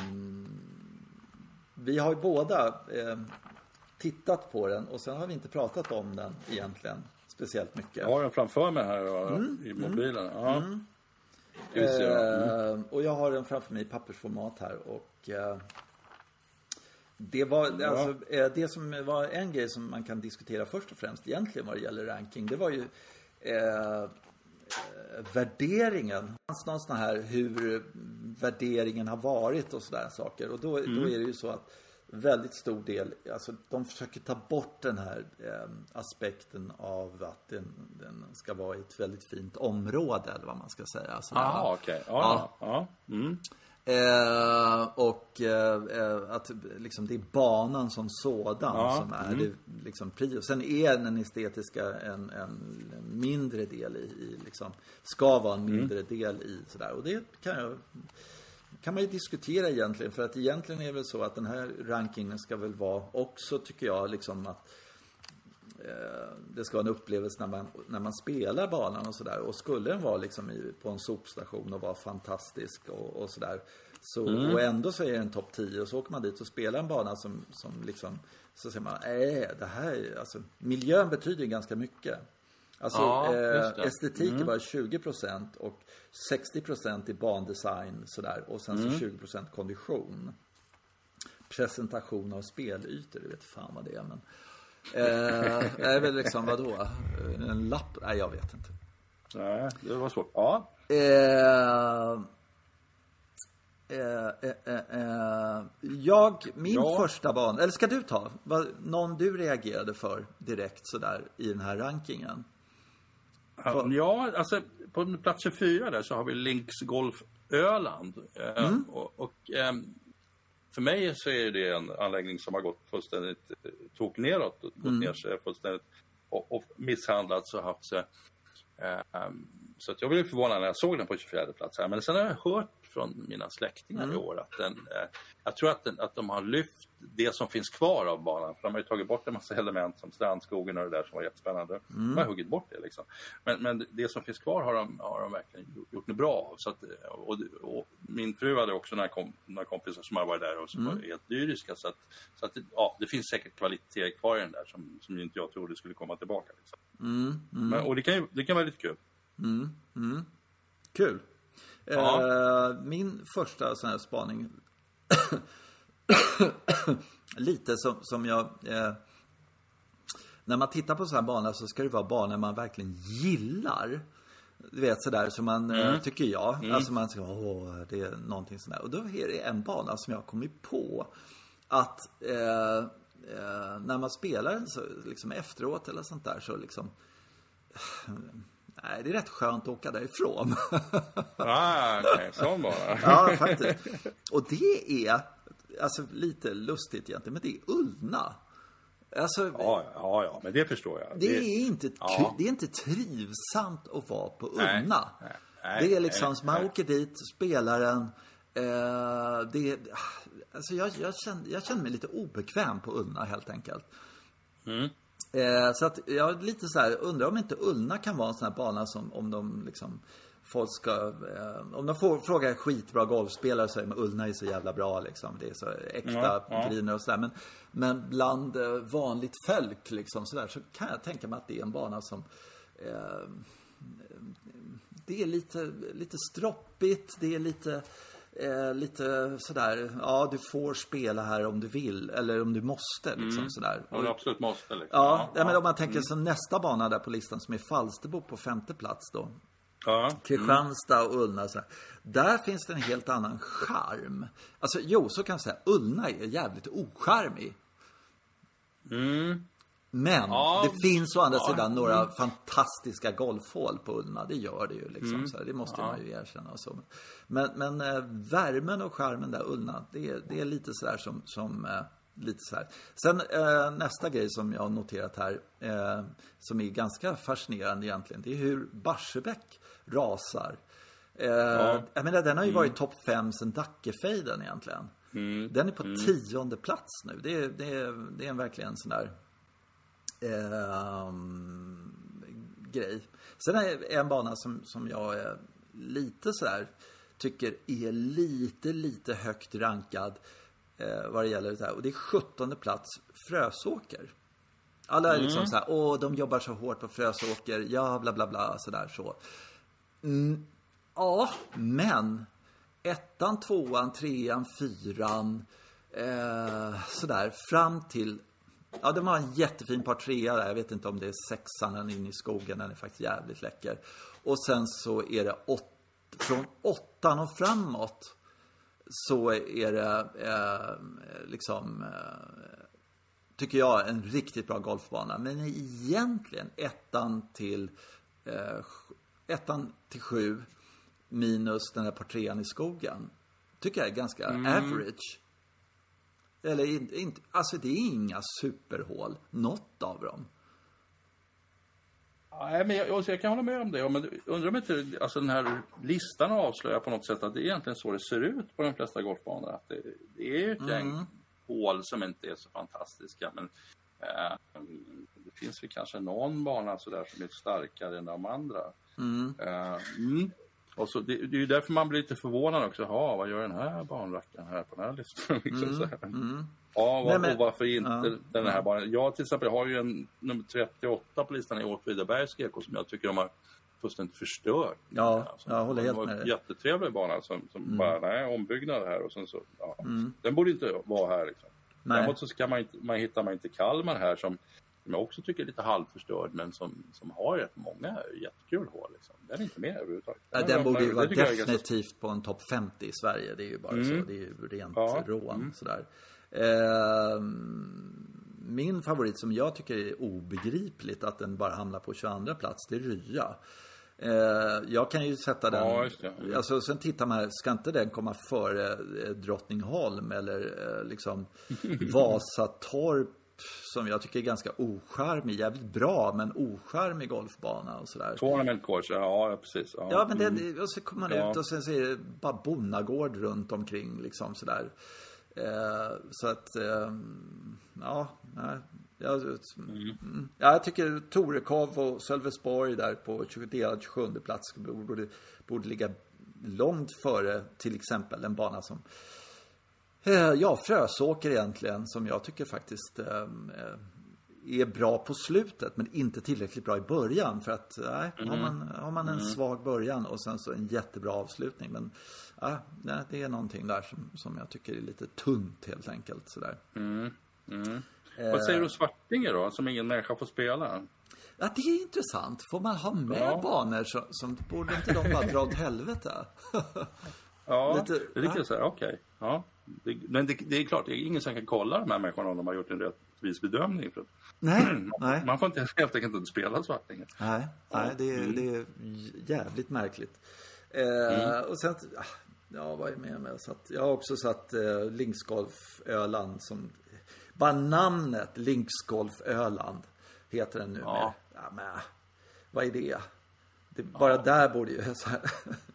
Speaker 2: vi har ju båda eh, tittat på den och sen har vi inte pratat om den egentligen speciellt mycket.
Speaker 1: Jag har den framför mig här mm, i mobilen. Mm, ja. Mm.
Speaker 2: Mm. Och jag har den framför mig i pappersformat här. Och eh, det var ja. alltså, det som var en grej som man kan diskutera först och främst egentligen vad det gäller ranking. Det var ju eh, värderingen. Det fanns någon sån här hur värderingen har varit och sådär saker. Och då, mm. då är det ju så att väldigt stor del, alltså de försöker ta bort den här eh, aspekten av att den, den ska vara i ett väldigt fint område eller vad man ska säga. Alltså,
Speaker 1: ah, okej. Okay. Ah, ja. Ah, mm.
Speaker 2: eh, och eh, att liksom det är banan som sådan ah, som är mm. det liksom prio. Sen är den estetiska en, en mindre del i, i liksom, ska vara en mindre mm. del i sådär. Och det kan jag kan man ju diskutera egentligen, för att egentligen är det väl så att den här rankingen ska väl vara också, tycker jag, liksom att eh, det ska vara en upplevelse när man, när man spelar banan och sådär. Och skulle den vara liksom i, på en sopstation och vara fantastisk och, och sådär. Så, mm. och ändå så är det en topp tio och så åker man dit och spelar en bana som, som liksom, så säger man, nej, det här är, alltså, miljön betyder ganska mycket. Alltså
Speaker 1: ja,
Speaker 2: eh, estetik mm. är bara tjugo procent och sextio procent i bandesign sådär. Och sen mm. så tjugo procent kondition. Presentation av spelytor, du vet fan vad det är. Men, eh, är väl liksom vadå? En lapp? Nej, jag vet inte.
Speaker 1: Nej, det var svårt. Ja.
Speaker 2: Eh, eh, eh, eh, jag, min ja. första bana, eller ska du ta? Vad, någon du reagerade för direkt sådär i den här rankingen?
Speaker 1: Ja, alltså på plats tjugofyra där så har vi Links Golf Öland. Mm. Och, och för mig så är det en anläggning som har gått fullständigt tok neråt. Gått mm. ner sig fullständigt och, och misshandlats och haft sig. Så att jag blev förvånad när jag såg den på tjugofjärde plats här. Men sen har jag hört från mina släktingar mm. i år att den, eh, jag tror att, den, att de har lyft det som finns kvar av banan. För de har ju tagit bort en massa element som strandskogen och det där som var jättespännande. Mm. De har huggit bort det liksom. Men, men det som finns kvar har de, har de verkligen gjort det bra av. Så att, och, och min fru hade också några, kom, några kompisar som har varit där och som mm. var helt lyriska. Så att, så att ja, det finns säkert kvalitet kvar i den där som, som inte jag trodde skulle komma tillbaka. Liksom. Mm. Mm. Men, och det kan, det kan vara lite kul.
Speaker 2: Mm. Mm. Kul. Ja. Uh, min första sån här spaning lite som, som jag uh, när man tittar på så här banor så ska det vara banor man verkligen gillar. Du vet sådär som man
Speaker 1: Mm.
Speaker 2: tycker jag.
Speaker 1: Mm.
Speaker 2: Alltså man ska, åh, det är någonting sådär. Och då är det en bana som jag kommit på att eh, eh, när man spelar så liksom efteråt eller sånt där så liksom nej, det är rätt skönt att åka därifrån.
Speaker 1: Ah, okej, sån bara.
Speaker 2: Ja, faktiskt. Och det är alltså lite lustigt egentligen, men det är Ullna. Alltså,
Speaker 1: Ja, ja, ja, men det förstår jag.
Speaker 2: det, det är inte
Speaker 1: ja.
Speaker 2: det är inte trivsamt att vara på
Speaker 1: Nej,
Speaker 2: Ullna.
Speaker 1: nej, nej,
Speaker 2: det är liksom
Speaker 1: nej,
Speaker 2: som man
Speaker 1: nej.
Speaker 2: åker dit, spelaren eh, det alltså jag jag känner jag känner mig lite obekväm på Ullna helt enkelt.
Speaker 1: Mm.
Speaker 2: Eh, så att jag lite så här undrar om inte Ullna kan vara en sån här bana som om de liksom folk ska eh, om de får fråga skitbra golfspelare så är men Ullna är så jävla bra liksom, det är så äkta
Speaker 1: Ja, ja.
Speaker 2: griner och så där, men men bland eh, vanligt folk liksom så där så kan jag tänka mig att det är en bana som eh, det är lite lite stroppigt, det är lite Eh, lite sådär, ja du får spela här om du vill eller om du måste liksom
Speaker 1: Mm.
Speaker 2: sådär.
Speaker 1: Om du absolut måste liksom.
Speaker 2: Ja, ja, men om man tänker mm. som nästa bana där på listan som är Falsterbo på femte plats då.
Speaker 1: Ja.
Speaker 2: Kristianstad och Ullna så här. Där finns det en helt annan charm. Alltså jo, så kan jag säga Ullna är jävligt ocharmig.
Speaker 1: Mm.
Speaker 2: Men
Speaker 1: Ja.
Speaker 2: det finns å andra
Speaker 1: Ja.
Speaker 2: sidan några mm. fantastiska golfhål på Ullna. Det gör det ju liksom.
Speaker 1: Mm.
Speaker 2: Så här, det måste
Speaker 1: Ja.
Speaker 2: man ju erkänna. Och så. Men, men eh, värmen och charmen där Ullna, det är, det är lite sådär som, som eh, lite så här. Sen eh, nästa grej som jag har noterat här, eh, som är ganska fascinerande egentligen, det är hur Barsebäck rasar. Eh,
Speaker 1: Ja.
Speaker 2: Jag menar, den har ju
Speaker 1: Mm.
Speaker 2: varit topp fem sen Dackefejden egentligen.
Speaker 1: Mm.
Speaker 2: Den är på
Speaker 1: Mm.
Speaker 2: tionde plats nu. Det är, det är, det är en verkligen sån där eh, grej. Sen är en bana som, som jag är lite så här tycker är lite, lite högt rankad eh, vad det gäller det här. Och det är sjuttonde plats Frösåker. Alla är liksom
Speaker 1: Mm.
Speaker 2: så här, åh de jobbar så hårt på Frösåker, ja bla bla bla, sådär så. Mm, ja, men ettan, tvåan, trean, fyran eh, sådär, fram till ja, det var en jättefin par trea där. Jag vet inte om det är sexan eller in i skogen, den är faktiskt jävligt läcker. Och sen så är det åt, från åttan och framåt så är det eh, liksom eh, tycker jag en riktigt bra golfbana. Men egentligen ettan till eh, ettan till sju minus den här par trean i skogen tycker jag är ganska
Speaker 1: Mm.
Speaker 2: average. Eller inte, inte, alltså det är inga superhål, något av dem.
Speaker 1: Nej, men jag, jag kan hålla med om det. Men undrar om inte alltså den här listan avslöjar på något sätt att det är egentligen så det ser ut på de flesta golfbanor. Att det, det är ju ett gäng
Speaker 2: Mm.
Speaker 1: hål som inte är så fantastiska. Men eh, det finns ju kanske någon bana så där som är starkare än de andra.
Speaker 2: Mm.
Speaker 1: Eh, mm. Och så, det, det är ju därför man blir lite förvånad också. Ja, vad gör den här banrackaren här på den här listan? liksom
Speaker 2: Mm.
Speaker 1: så här.
Speaker 2: Mm.
Speaker 1: Ja, var,
Speaker 2: Nej, men-
Speaker 1: och varför inte
Speaker 2: ja.
Speaker 1: den här banan? Jag till exempel har ju en nummer trettioåtta på listan i Åtvidabergs G K som jag tycker de har fullständigt förstört.
Speaker 2: Ja,
Speaker 1: Alltså,
Speaker 2: jag håller helt
Speaker 1: det var
Speaker 2: med
Speaker 1: en
Speaker 2: dig.
Speaker 1: jättetrevlig bana som, som
Speaker 2: Mm.
Speaker 1: bara, nej, ombyggnad här och sen så, ja.
Speaker 2: Mm.
Speaker 1: Den borde inte vara här liksom.
Speaker 2: Nej.
Speaker 1: Däremot så ska man inte, man hittar man inte Kalmar här som, som jag också tycker är lite halvförstörd men som, som har rätt många jättekul hål liksom. Den är inte med överhuvudtaget.
Speaker 2: Ja, den borde ju
Speaker 1: det
Speaker 2: vara
Speaker 1: tycker jag är ganska-
Speaker 2: definitivt på en topp femtio i Sverige. Det är ju bara
Speaker 1: Mm.
Speaker 2: så. Det är ju rent
Speaker 1: Ja.
Speaker 2: rån.
Speaker 1: Mm.
Speaker 2: Sådär. Eh, min favorit som jag tycker är obegripligt att den bara hamnar på tjugoandra plats, det är Rya. Eh, jag kan ju sätta den.
Speaker 1: Ja, just det. Mm.
Speaker 2: Alltså, sen tittar man här, ska inte den komma före eh, Drottningholm eller eh, liksom Vasatorp som jag tycker är ganska ocharmig, jävligt bra men ocharmig golfbana och sådär.
Speaker 1: Tournament course, ja, ja precis. Ja,
Speaker 2: Ja, men
Speaker 1: mm.
Speaker 2: det, och så kommer man
Speaker 1: Ja.
Speaker 2: ut och sen så är det bara bonnagård runt omkring liksom sådär. Eh, så att, eh, ja, nej, jag, mm. ja, jag tycker Torekov och Sölvesborg där på delad tjugosjunde plats borde, borde ligga långt före till exempel en bana som eh, ja, Frösåker egentligen, som jag tycker faktiskt eh, är bra på slutet men inte tillräckligt bra i början för att nej,
Speaker 1: Mm.
Speaker 2: har man, har man en
Speaker 1: Mm.
Speaker 2: svag början och sen så en jättebra avslutning, men ja, nej, det är någonting där som, som jag tycker är lite tunt helt enkelt sådär.
Speaker 1: Mm. Mm.
Speaker 2: Eh,
Speaker 1: Vad säger du Svartinge då, som ingen människa får spela?
Speaker 2: Ja, det är intressant. Får man ha med ja. banor som, som borde inte de bara dra åt helvete?
Speaker 1: Ja, Lite, det är riktigt så här, okej. Okay. Ja. Det, men det, det är klart, det är ingen som kan kolla de här människorna om de har gjort en rättvis bedömning. För
Speaker 2: nej,
Speaker 1: man,
Speaker 2: nej.
Speaker 1: Man får inte helt enkelt inte spela svart längre.
Speaker 2: Nej, nej det, är, mm. det är jävligt märkligt. Eh, mm. Och sen, ja, vad är med mig? Så att, jag har också satt eh, Linksgolf Öland som, bara namnet Linksgolf Öland heter den nu. Ja. Med, ja, men, vad är det? det bara ja. Där borde ju så här.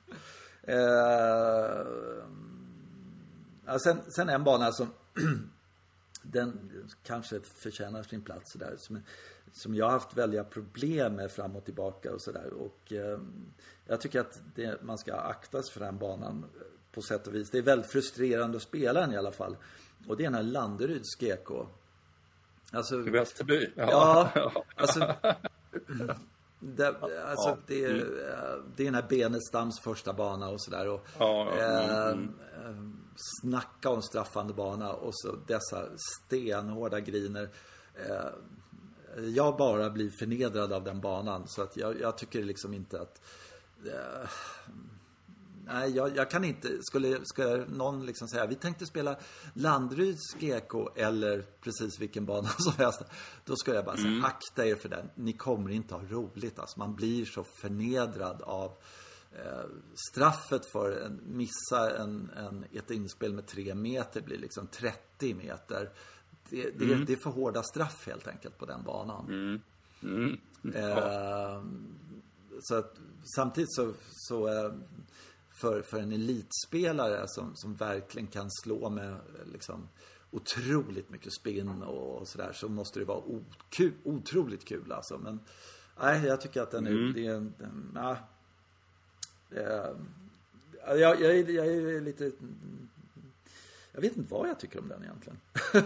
Speaker 2: eh, ja, sen, sen en bana som den kanske förtjänar sin plats så där, som, som jag har haft väldiga problem med fram och tillbaka och sådär. Och eh, jag tycker att det, man ska aktas för den banan på sätt och vis. Det är väldigt frustrerande att spela den i alla fall. Och det är den här Landeryds G K. Alltså,
Speaker 1: Västerby.
Speaker 2: Ja, ja alltså, det, alltså ja. det, är, det är den här Benestams första bana och sådär. Och,
Speaker 1: ja, ja.
Speaker 2: Mm. eh, snacka om straffande bana och så dessa stenhårda griner. Eh, jag bara blir förnedrad av den banan, så att jag, jag tycker liksom inte att eh, nej, jag, jag kan inte, skulle, skulle någon liksom säga vi tänkte spela Landeryds G K eller precis vilken bana som helst, då skulle jag bara säga mm. akta er för den, ni kommer inte ha roligt, alltså man blir så förnedrad av eh, straffet för en missa en, en, ett inspel med tre meter blir liksom trettio meter. Det, det, mm. det är för hårda straff helt enkelt på den banan.
Speaker 1: Mm. Mm.
Speaker 2: Eh, så att, samtidigt så, så eh, för, för en elitspelare som, som verkligen kan slå med liksom, otroligt mycket spin och, och sådär, så måste det vara okul, otroligt kul alltså. Men nej, jag tycker att den är, mm. det är den, nej, eh, jag, jag, jag, jag är lite, jag vet inte vad jag tycker om den egentligen.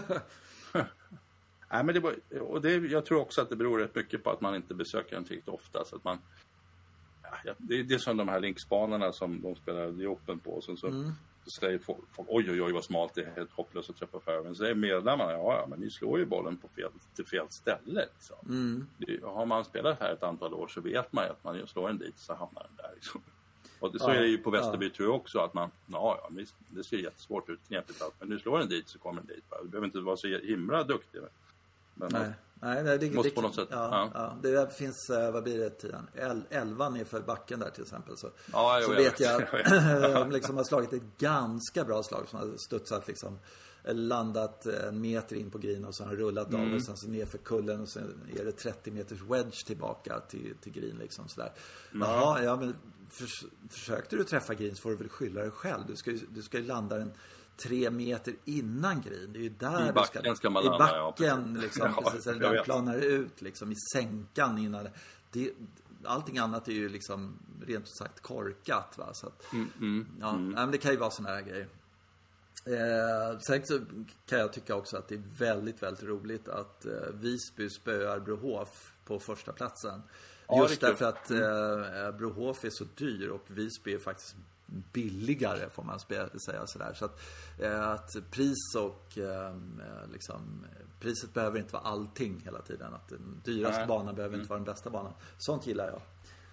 Speaker 1: Nej, men det var, och det, jag tror också att det beror rätt mycket på att man inte besöker den tillräckligt ofta, så att man, ja, det, det är som de här linksbanorna som de spelar i Open på, och sen så, mm. så säger folk, folk oj oj oj vad smalt, det är helt hopplöst att träffa förven. Så säger medlemmarna, ja, ja men ni slår ju bollen på fel, till fel ställe liksom. Mm. Det, har man spelat här ett antal år så vet man ju att man slår en dit så hamnar den där liksom. Och det, så ja, är det ju på Västerby ja. Tror jag också, att man, ja, ja det ser jättesvårt ut, knepigt allt, men nu slår den dit så kommer den dit. Du behöver inte vara så himla duktig. Men
Speaker 2: nej,
Speaker 1: måste,
Speaker 2: nej, nej, det,
Speaker 1: måste
Speaker 2: det,
Speaker 1: på något sätt.
Speaker 2: Ja, ja. Ja, det finns, vad blir det tiden? El, elvan är för backen där till exempel. Så,
Speaker 1: ja,
Speaker 2: så
Speaker 1: jo,
Speaker 2: vet jag att jag liksom har slagit ett ganska bra slag som har studsat liksom, landat en meter in på green och så har rullat mm. av och sen så ner för kullen och sen är det trettio meters wedge tillbaka till, till green liksom sådär. Mm. Jaha, ja men för, försökte du träffa green så får du väl skylla dig själv. Du ska ju, du ska ju landa den tre meter innan green. Det är ju där
Speaker 1: I backen
Speaker 2: du ska,
Speaker 1: ska man
Speaker 2: landa, i backen
Speaker 1: ja,
Speaker 2: liksom,
Speaker 1: ja,
Speaker 2: precis, eller den planar ut liksom i sänkan innan det, allting annat är ju liksom rent sagt korkat va, så att
Speaker 1: mm, mm,
Speaker 2: ja,
Speaker 1: mm.
Speaker 2: men det kan ju vara såna här grejer. Eh, sen så kan jag tycka också att det är väldigt väldigt roligt att eh, Visby spöar Brohof på första platsen. Ja, just därför att eh, Brohof är så dyr och Visby är faktiskt billigare får man säga sådär. Så att, eh, att pris och eh, liksom, priset behöver inte vara allting hela tiden. Att den dyraste Nej. banan behöver mm. inte vara den bästa banan. Sånt gillar jag.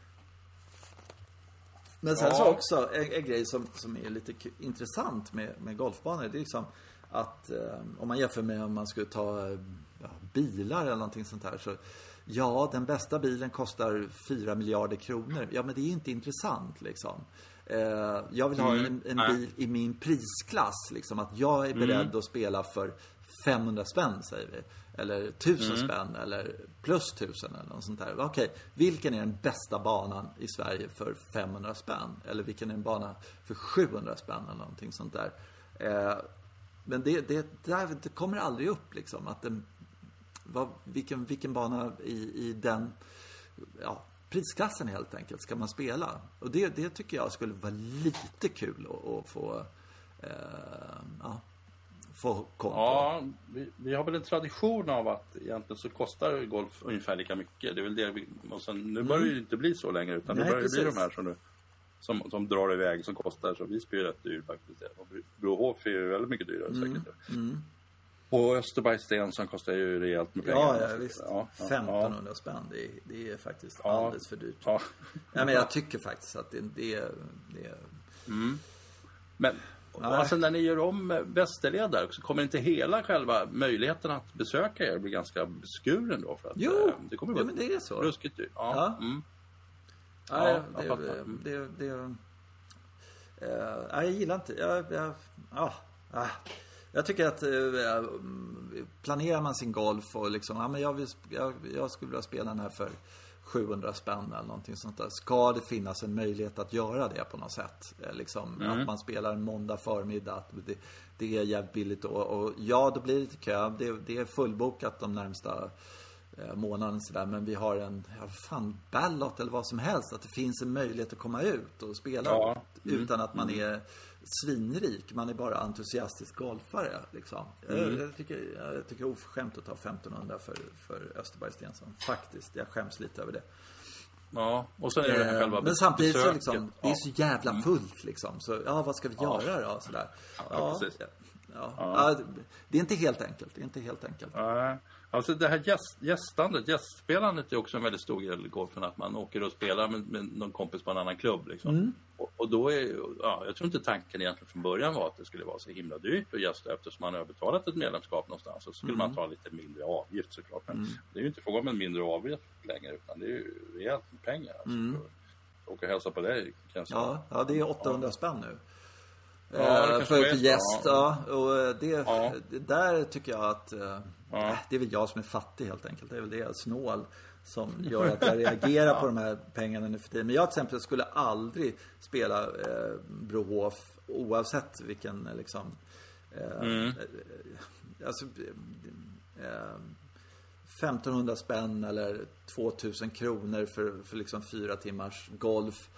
Speaker 2: Men sen ja. så också en, en grej som, som är lite k- intressant med, med golfbanor, det är liksom att eh, om man jämför med om man skulle ta ja, bilar eller någonting sånt här, så ja, den bästa bilen kostar fyra miljarder kronor. Ja, men det är inte intressant liksom. Eh, jag vill ha en, en bil i min prisklass liksom, att jag är beredd mm. att spela för femhundra spänn säger vi, eller tusen mm. spänn eller plus tusen eller något sånt där. Okej, vilken är den bästa banan i Sverige för femhundra spänn, eller vilken är en bana för sjuhundra spänn eller någonting sånt där. Eh, men det, det, det, det kommer aldrig upp liksom, att den, vad, vilken, vilken bana i, i den ja, prisklassen helt enkelt ska man spela. Och det, det tycker jag skulle vara lite kul att, att få eh, ja, få koll på.
Speaker 1: Ja, vi, vi har väl en tradition av att egentligen så kostar golf ungefär lika mycket. Det är väl det vi, och sen, nu börjar det ju inte bli så längre, utan Nej, nu börjar det bli de här som, nu, som, som drar iväg som kostar, så vi spyr rätt dyr faktiskt. Och Brohof är ju väldigt mycket dyrare
Speaker 2: mm.
Speaker 1: säkert.
Speaker 2: Mm.
Speaker 1: Och Österbergs Stensson kostar ju rejält med pengar.
Speaker 2: Ja, ja visst. Ja, ja, femtonhundra ja. spänn, det är, det är faktiskt ja. alldeles för dyrt. Ja. Ja, men jag tycker faktiskt att det, det är... Det är...
Speaker 1: Mm. Men ja. alltså, när ni gör om Västerled så kommer inte hela själva möjligheten att besöka er bli ganska beskuren då? För att,
Speaker 2: jo,
Speaker 1: det, kommer
Speaker 2: ja, men det är så.
Speaker 1: Ruskigt dyrt. Ja.
Speaker 2: Ja.
Speaker 1: Mm.
Speaker 2: Ja, ja, det, det, det, det, det, uh, jag gillar inte... Jag, jag, uh, uh. Jag tycker att uh, planerar man sin golf och liksom, ja, men jag, vill, jag, jag skulle vilja spela den här för sjuhundra spänn eller någonting sånt där. Ska det finnas en möjlighet att göra det på något sätt? Liksom, mm. Att man spelar en måndag förmiddag, att det, det är jävligt billigt. Och, och ja, då blir det lite kö. Det, det är fullbokat de närmsta eh, månaden sådär. Men vi har en, ja, fan, ballot eller vad som helst. Att det finns en möjlighet att komma ut och spela ja. mm. utan att man är svinrik. Man är bara entusiastisk golfare liksom. Mm. Jag, jag tycker jag tycker det är oförskämt att ta femtonhundra för för Österbergs Stensson. Faktiskt, jag skäms lite över det.
Speaker 1: Ja, och sen är det här själva
Speaker 2: men samtidigt så liksom, det är så jävla fullt liksom. Så ja, vad ska vi ja. göra då sådär.
Speaker 1: Ja, ja, precis.
Speaker 2: Ja, ja. Ja. Ja, det är inte helt enkelt, det är inte helt enkelt.
Speaker 1: Ja. Alltså det här gäst, gästandet, gästspelandet är också en väldigt stor grej i golfen, att man åker och spelar med, med någon kompis på en annan klubb liksom. Mm. Och, och då är ja, jag tror inte tanken egentligen från början var att det skulle vara så himla dyrt att gästa, eftersom man har betalat ett medlemskap någonstans, så skulle mm. man ta lite mindre avgift såklart. Men mm. det är ju inte fråga om en mindre avgift längre, utan det är ju rejält med pengar. Alltså, mm. för att åka och hälsa på dig kan jag säga.
Speaker 2: Ja, ja, det är åttahundra ja. spänn nu. Ja, för, för gäst, ja. ja. Och det, ja. det där tycker jag att ja. äh, det är väl jag som är fattig helt enkelt. Det är väl det, snål, som gör att jag reagerar ja. på de här pengarna nu för tiden. Men jag till exempel skulle aldrig spela eh, Brohof oavsett vilken liksom eh, mm. eh, alltså eh, femtonhundra spänn eller tvåtusen kronor för, för liksom fyra timmars golf.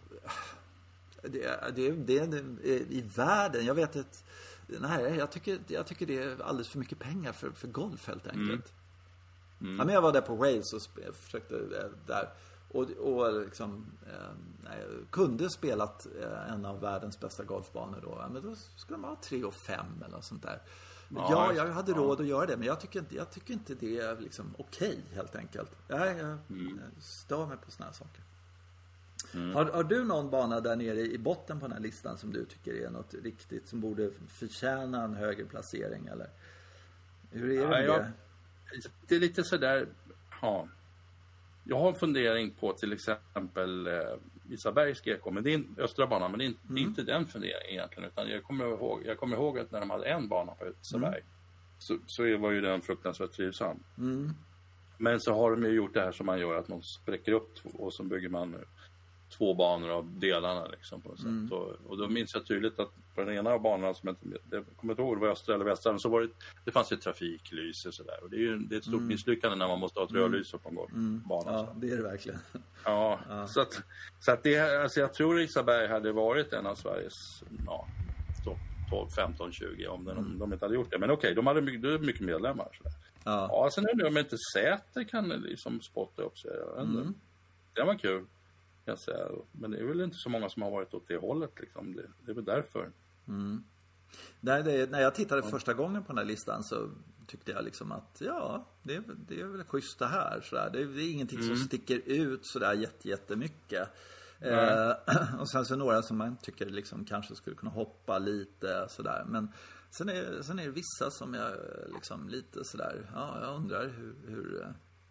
Speaker 2: Det, det, det, det i världen, jag vet att nej, jag tycker, jag tycker det är alldeles för mycket pengar för, för golf helt enkelt. Mm. Mm. Ja, men jag var där på Wales och sp- försökte där och, och liksom eh, kunde spelat eh, en av världens bästa golfbanor då. Men då skulle man ha tre och fem eller något sånt där. Ja, ja jag hade ja. råd att göra det, men jag tycker inte, jag tycker inte det är liksom okej helt enkelt. Jag, jag, mm. jag stör mig på såna här saker. Mm. Har, har du någon bana där nere i botten på den här listan som du tycker är något riktigt som borde förtjäna en högre placering, eller hur är det med
Speaker 1: ja,
Speaker 2: det?
Speaker 1: Jag, det är lite sådär, ja. Jag har en fundering på till exempel eh, Isabergs G K, men det är östra banan, men det är, inte, mm. det är inte den funderingen egentligen, utan jag kommer ihåg, jag kommer ihåg att när de hade en bana på Isaberg mm. så, så var ju den fruktansvärt trivsam. Mm. Men så har de ju gjort det här som man gör, att man spräcker upp och så bygger man två banor av delarna liksom på något mm. sätt. Och, och då minns jag tydligt att på den ena av banorna som jag, jag kommer inte ihåg det var östra eller västra, så var det, det fanns ju trafiklyse så där. Och det är ju det är ett stort mm. misslyckande när man måste ha ett rödlyse på en mm. bana.
Speaker 2: Ja, det är det verkligen.
Speaker 1: Ja, ja. så att, så att det, alltså jag tror Isaberg hade varit en av Sveriges ja, tolv, femton, tjugo om de, mm. de inte hade gjort det. Men okej, de hade mycket, mycket medlemmar så där. Ja. Ja, sen undrar jag om inte Säter kan liksom spotta upp sig. Mm. Det var kul. Säga. Men det är väl inte så många som har varit åt det hållet liksom. det, det är väl därför
Speaker 2: mm. Nej, det, när jag tittade ja. första gången på den här listan så tyckte jag liksom att ja, det är, det är väl schysst det här så där. Det, är, det är ingenting mm. som sticker ut så där jätte, jättemycket eh, och sen så några som man tycker liksom kanske skulle kunna hoppa lite sådär, men sen är, sen är det vissa som jag liksom lite sådär, ja, jag undrar hur, hur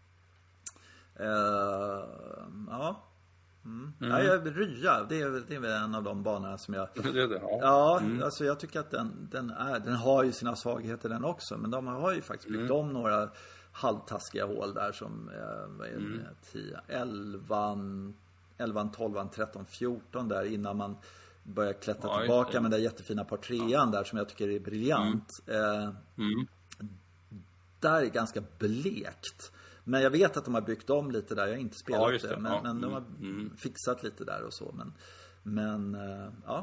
Speaker 2: eh, ja Mm. Mm. Ja, jag, Rya, det är, det är väl en av de banorna som jag
Speaker 1: det är det, ja,
Speaker 2: ja
Speaker 1: mm.
Speaker 2: alltså jag tycker att den, den är den har ju sina svagheter den också, men de har ju faktiskt byggt mm. om några halvtaskiga hål där som eh, vad är det, mm. tio, elva, tolv, tretton, fjorton där innan man börjar klättra ja, tillbaka ja. med den där jättefina par trean ja. där som jag tycker är briljant. Mm. Eh, mm. Där är ganska blekt. Men jag vet att de har byggt om lite där. Jag har inte spelat ja, det, det. Men, ja. men de har mm. fixat lite där och så. Men, men uh, ja.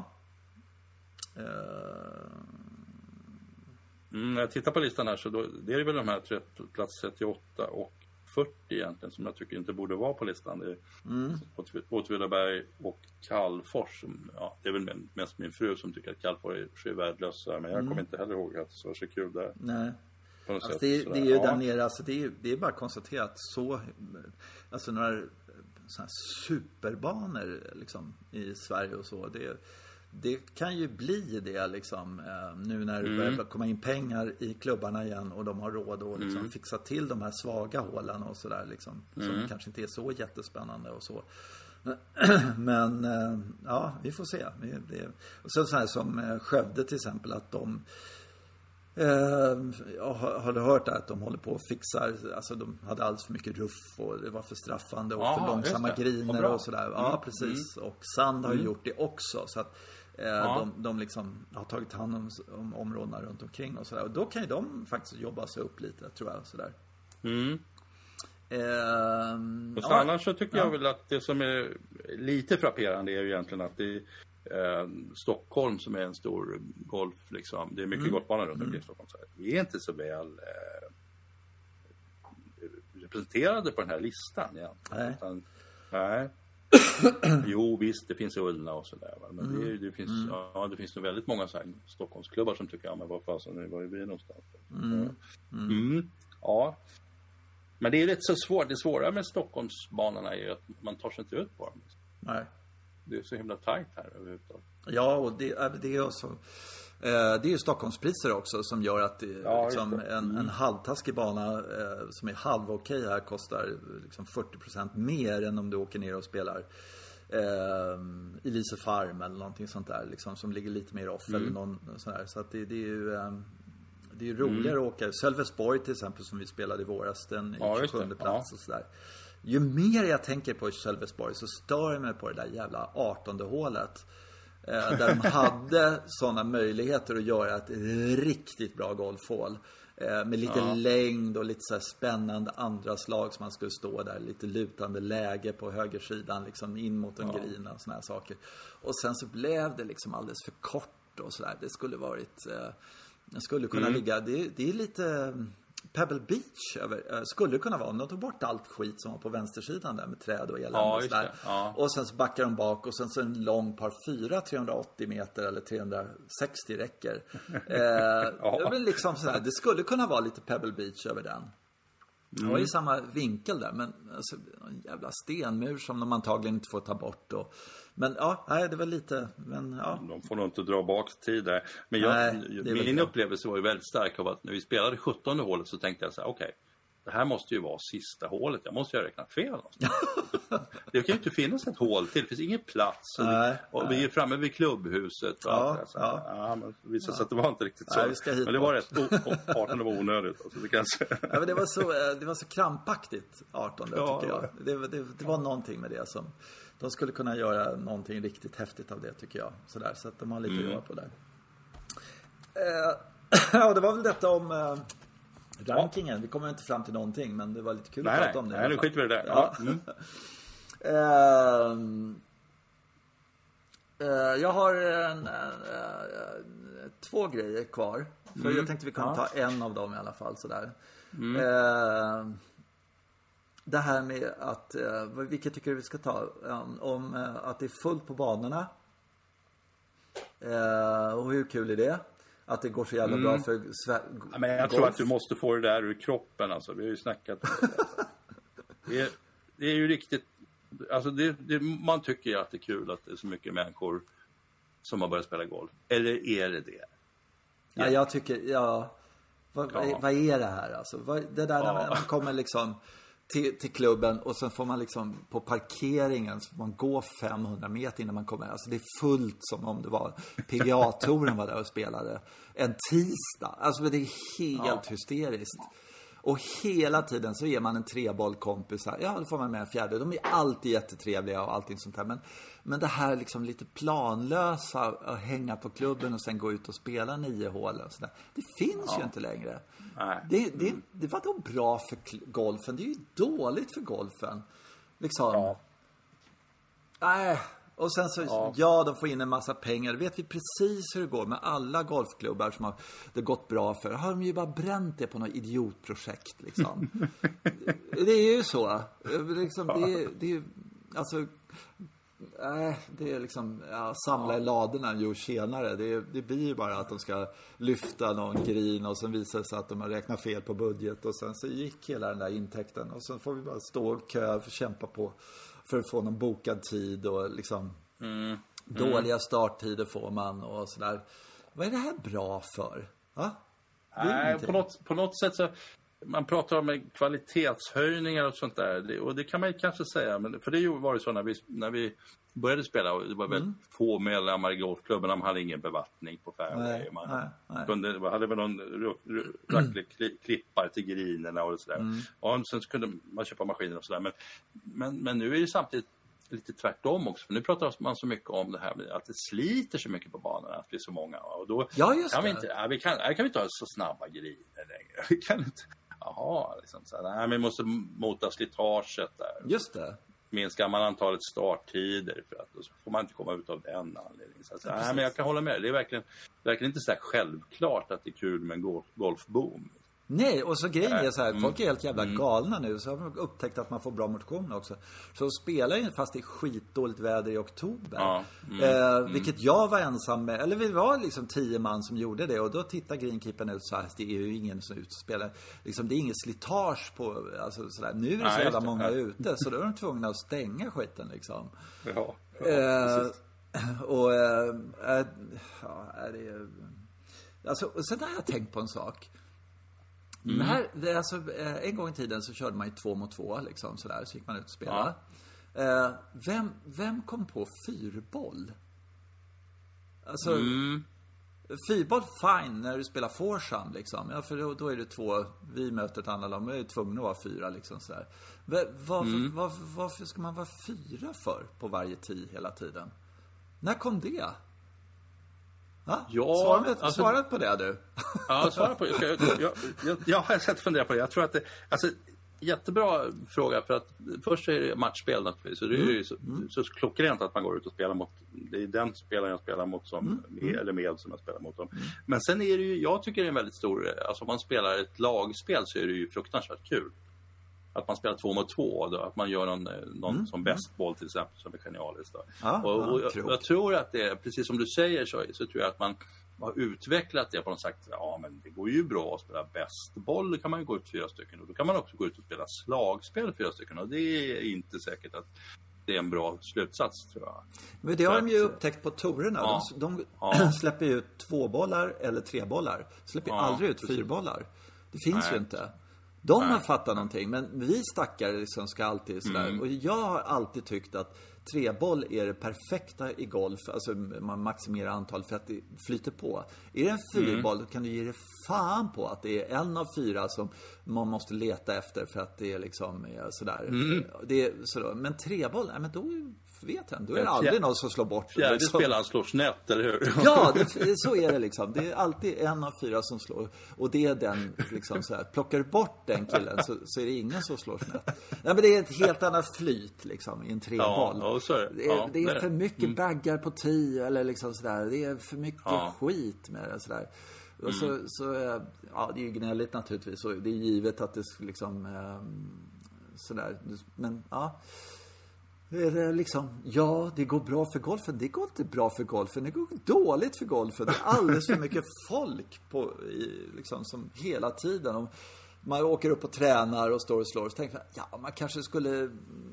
Speaker 2: Uh...
Speaker 1: Mm, när jag tittar på listan här så då, det är väl de här trettio, plats trettioåtta och fyrtio egentligen som jag tycker inte borde vara på listan. Det är mm. Åtvidaberg och Kallfors. Som, ja, det är väl mest min fru som tycker att Kallfors är värdelösa. Men jag mm. kommer inte heller ihåg att det var så kul där.
Speaker 2: Nej.
Speaker 1: på något
Speaker 2: alltså,
Speaker 1: sätt.
Speaker 2: Det, det är ju ja. där nere, alltså, det, är, det är bara konstaterat så, alltså några sådana här superbanor liksom, i Sverige och så, det, det kan ju bli det liksom, nu när det börjar mm. komma in pengar i klubbarna igen och de har råd att liksom, mm. fixa till de här svaga hålen och sådär liksom, mm. som kanske inte är så jättespännande och så. Men ja, vi får se. Det, och så, så här som Skövde till exempel, att de jag har du hört att de håller på och fixar, alltså de hade alldeles för mycket ruff och det var för straffande och Aha, för långsamma griner och sådär. Ja, mm. precis. Och Sand har ju mm. gjort det också, så att eh, ja. de, de liksom har tagit hand om, om områdena runt omkring och sådär. Och då kan ju de faktiskt jobba sig upp lite, tror jag, sådär.
Speaker 1: Mm.
Speaker 2: Eh,
Speaker 1: och så ja. annars så tycker jag ja. väl att det som är lite frapperande är ju egentligen att det Eh, Stockholm som är en stor golf liksom. Det är mycket mm. golfbanor runt omkring mm. Stockholm. Så vi är inte så väl eh, representerade på den här listan igen.
Speaker 2: Nej.
Speaker 1: Utan, nej. Jo visst, det finns Ullna och sådär. Men mm. det, det finns mm. ja, det finns nog väldigt många så här Stockholmsklubbar som tycker, ja men vad fan, så nu var vi någonstans.
Speaker 2: Mm. Mm.
Speaker 1: Mm. Ja. Men det är rätt så svårt. Det svåra med Stockholmsbanorna är ju att man tar sig inte ut på dem.
Speaker 2: Nej.
Speaker 1: Det är så himla tajt här överhuvudtaget.
Speaker 2: Ja, och det, det är också eh, det är ju Stockholmspriser också som gör att det, ja, liksom, det. Mm. En, en halvtaskig bana eh, som är halv okej här kostar liksom fyrtio procent mer än om du åker ner och spelar eh, Elise Farm eller någonting sånt där liksom, som ligger lite mer off mm. eller någon sån där. Så att det, det är ju eh, det är ju roligare mm. att åka Sölvesborg till exempel, som vi spelade i våras, den i
Speaker 1: ja,
Speaker 2: tjugosjunde plats och sådär. Ju mer jag tänker på Sölvesborg så stör jag mig på det där jävla artonde hålet. Eh, där de hade sådana möjligheter att göra ett riktigt bra golfhål. Eh, med lite ja. längd och lite så här spännande andra slag som man skulle stå där. Lite lutande läge på högersidan liksom in mot en ja. green och såna här saker. Och sen så blev det liksom alldeles för kort och sådär. Det skulle varit... Eh, det skulle kunna mm. ligga... Det, det är lite... Pebble Beach över, skulle kunna vara om de tog bort allt skit som var på vänstersidan där med träd och elände
Speaker 1: ja,
Speaker 2: och sådär.
Speaker 1: Ja.
Speaker 2: Och sen så backar de bak och sen så en lång par fyra, trehundraåttio meter eller trehundrasextio räcker. eh, ja. Men liksom sådär, det skulle kunna vara lite Pebble Beach över den. Mm. Det var ju samma vinkel där, men alltså, en jävla stenmur som de antagligen inte får ta bort. Och, men ja, nej, det var lite, men ja.
Speaker 1: De får nog inte dra bak tid där. Men jag, nej, min upplevelse var ju väldigt stark av att när vi spelade sjuttonde hålet så tänkte jag så här, okej, okay, det här måste ju vara sista hålet. Jag måste ju ha räknat fel någonstans. Det kan ju inte finnas ett hål till. Det finns ingen plats. Och, nej, vi, och nej. vi är framme vid klubbhuset. Och
Speaker 2: ja,
Speaker 1: allt så
Speaker 2: ja.
Speaker 1: Ja, men det visade sig ja. att det var inte riktigt så.
Speaker 2: Nej, vi ska hit
Speaker 1: men det var rätt. arton var onödigt. Alltså, det, kan säga.
Speaker 2: Ja, men det, var så, det var så krampaktigt arton ja, tycker jag. Det, det, det var någonting med det som... De skulle kunna göra någonting riktigt häftigt av det tycker jag. Sådär, så att de har lite mm. att göra på det. Eh, ja, det var väl detta om... Eh, rankingen, ja. Vi kommer inte fram till någonting, men det var lite kul
Speaker 1: nej,
Speaker 2: att prata om det.
Speaker 1: Nej, nu skiter vi det där.
Speaker 2: Ja.
Speaker 1: Ja. Mm.
Speaker 2: uh, uh, jag har en, uh, uh, två grejer kvar. För mm. jag tänkte vi kunde ja. ta en av dem i alla fall. Sådär. Mm. Uh, det här med att, uh, vilka tycker du vi ska ta? Um, om uh, att det är fullt på banorna. Uh, och hur kul är det? Att det går så jävla mm. bra för Sve-
Speaker 1: ja, men jag golf. tror att du måste få det där ur kroppen alltså. Vi har ju snackat om det. det, är, det är ju riktigt alltså det, det, man tycker ju att det är kul att det är så mycket människor som har börjat spela golf. Eller är det det?
Speaker 2: Ja, ja jag tycker ja vad, ja. vad är det här alltså? Vad, det där ja. när man kommer liksom Till, till klubben och sen får man liksom på parkeringen så får man gå femhundra meter innan man kommer. Alltså det är fullt som om det var P G A-touren var där och spelade en tisdag. Alltså det är helt ja. hysteriskt. Och hela tiden så ger man en trebollkompis här. Ja, då får man med en fjärde. De är alltid jättetrevliga och allting sånt här. Men, men det här liksom lite planlösa att hänga på klubben och sen gå ut och spela nio hål och sådär. Det finns ja. ju inte längre.
Speaker 1: Nej.
Speaker 2: Det, det, det var då bra för golfen. Det är ju dåligt för golfen. Liksom. Ja. Nej. Och sen så, ja. ja, de får in en massa pengar. Det vet vi precis hur det går med alla golfklubbar som har det gått bra för. Har de ju bara bränt det på något idiotprojekt, liksom. det, det är ju så. Liksom, det, det är alltså, Nej, äh, det är liksom ja, samla ja. i ladorna ju tjänare. Det, det blir ju bara att de ska lyfta någon grin och sen visar det sig att de har räknat fel på budget och sen så gick hela den där intäkten och sen får vi bara stå och kö för kämpa på för att få någon bokad tid och liksom mm. Mm. dåliga starttider får man och sådär. Vad är det här bra för? Va?
Speaker 1: Nej, på något, på något sätt så man pratar om kvalitetshöjningar och sånt där. Det, och det kan man ju kanske säga. Men, för det var ju så när vi, när vi började spela. Och det var väldigt mm. få medlemmar i golfklubben. De hade ingen bevattning på fairway. Man nej, nej. Kunde, hade väl någon racklig klippare till grinerna och sådär. Mm. Och sen så kunde man köpa maskiner och sådär. Men, men, men nu är det samtidigt lite tvärtom också. För nu pratar man så mycket om det här med att det sliter så mycket på banorna. Att vi är så många. Och då
Speaker 2: ja, just
Speaker 1: kan
Speaker 2: det.
Speaker 1: vi inte, ja, vi kan, här kan vi inte ha så snabba griner längre. Vi kan inte... Jaha, liksom så här, nej, men vi måste mota slitaget där.
Speaker 2: Just det.
Speaker 1: Minskar man antalet starttider för att då får man inte komma ut av den anledningen. Så alltså, nej, men jag kan hålla med. Det är verkligen, verkligen inte så här självklart att det är kul med en golf, golfboom.
Speaker 2: Nej, och så grejen är så här, folk är helt jävla galna nu. Så har man upptäckt att man får bra motion också. Så spelar ju fast det är skitdåligt väder i oktober. Ja, mm, eh, mm. Vilket jag var ensam med. Eller vi var liksom tio man som gjorde det. Och då tittar greenkeepern ut så här. Det är ju ingen som är ute och spelar. Liksom, det är inget slitage på. Alltså, så där. Nu är det så jävla många ute. Så då är de tvungna att stänga skiten liksom. Ja, ja eh, och eh, äh, ja, det är alltså, och sen har jag tänkt på en sak. Mm. Men här, det är alltså, en gång i tiden så körde man ju två mot två liksom, sådär, så gick man ut och spelade. Ja. Eh, vem, vem kom på fyrboll? Alltså, mm. fyrboll fine när du spelar foursome liksom. Ja, för då, då är det två, vi möter ett annat lag, men är tvungna att vara fyra liksom sådär. Var, varför, mm. var, varför ska man vara fyra för på varje tee hela tiden? När kom det? Ja, svara, med, alltså, svara på det du.
Speaker 1: Ja, svara på det. Jag, jag, jag, jag har sett fundera på det. Jag tror att det, alltså, jättebra fråga för att först är det matchspel naturligtvis. Så det är ju så, mm. så klockrent att man går ut och spelar mot, det är den spelaren jag spelar mot som, mm. med, eller med som jag spelar mot dem. Mm. Men sen är det ju, jag tycker det är en väldigt stor, alltså om man spelar ett lagspel så är det ju fruktansvärt kul. Att man spelar två mot två då, att man gör någon, någon mm. som bäst boll till exempel som är genialiskt då. Ah, och, och ah, jag, jag tror att det är, precis som du säger så, så tror jag att man har utvecklat det på något sätt. Ja, men det går ju bra att spela bäst boll, då kan man ju gå ut fyra stycken och då kan man också gå ut och spela slagspel fyra stycken och det är inte säkert att det är en bra slutsats tror jag.
Speaker 2: Men det har de ju upptäckt på torerna. Ja, de de ja. släpper ju ut två bollar eller tre bollar. Släpper ja, aldrig ut fyra bollar. Det finns Nej. ju inte. De har fattat någonting, men vi stackare liksom ska alltid sådär. Mm. Och jag har alltid tyckt att treboll är det perfekta i golf. Alltså man maximerar antal för att det flyter på. Är det en fyrboll mm. kan du ge det fan på att det är en av fyra som man måste leta efter för att det är liksom sådär. Mm. Det är sådär. Men treboll, nej men då vet jag, då är det aldrig fjär, någon som slår bort.
Speaker 1: Fjärde liksom. Spelaren slår snett, eller hur?
Speaker 2: Ja, det, så är det liksom. Det är alltid en av fyra som slår. Och det är den, liksom så här. Plockar du bort den killen så, så är det ingen som slår snett. Nej, men det är ett helt annat flyt liksom i en treboll.
Speaker 1: Ja, så är det.
Speaker 2: Det är, ja, det är för mycket mm. baggar på tio eller liksom sådär. Det är för mycket ja. skit med det sådär. Och så, mm. så, ja, det är ju gnälligt naturligtvis. Och det är givet att det liksom sådär. Men ja... Det är liksom, ja, det går bra för golfen. Det går inte bra för golfen. Det går dåligt för golfen. Det är alldeles för mycket folk på, i, liksom, som hela tiden. Om man åker upp och tränar och står och slår. Så tänker man, ja, man kanske skulle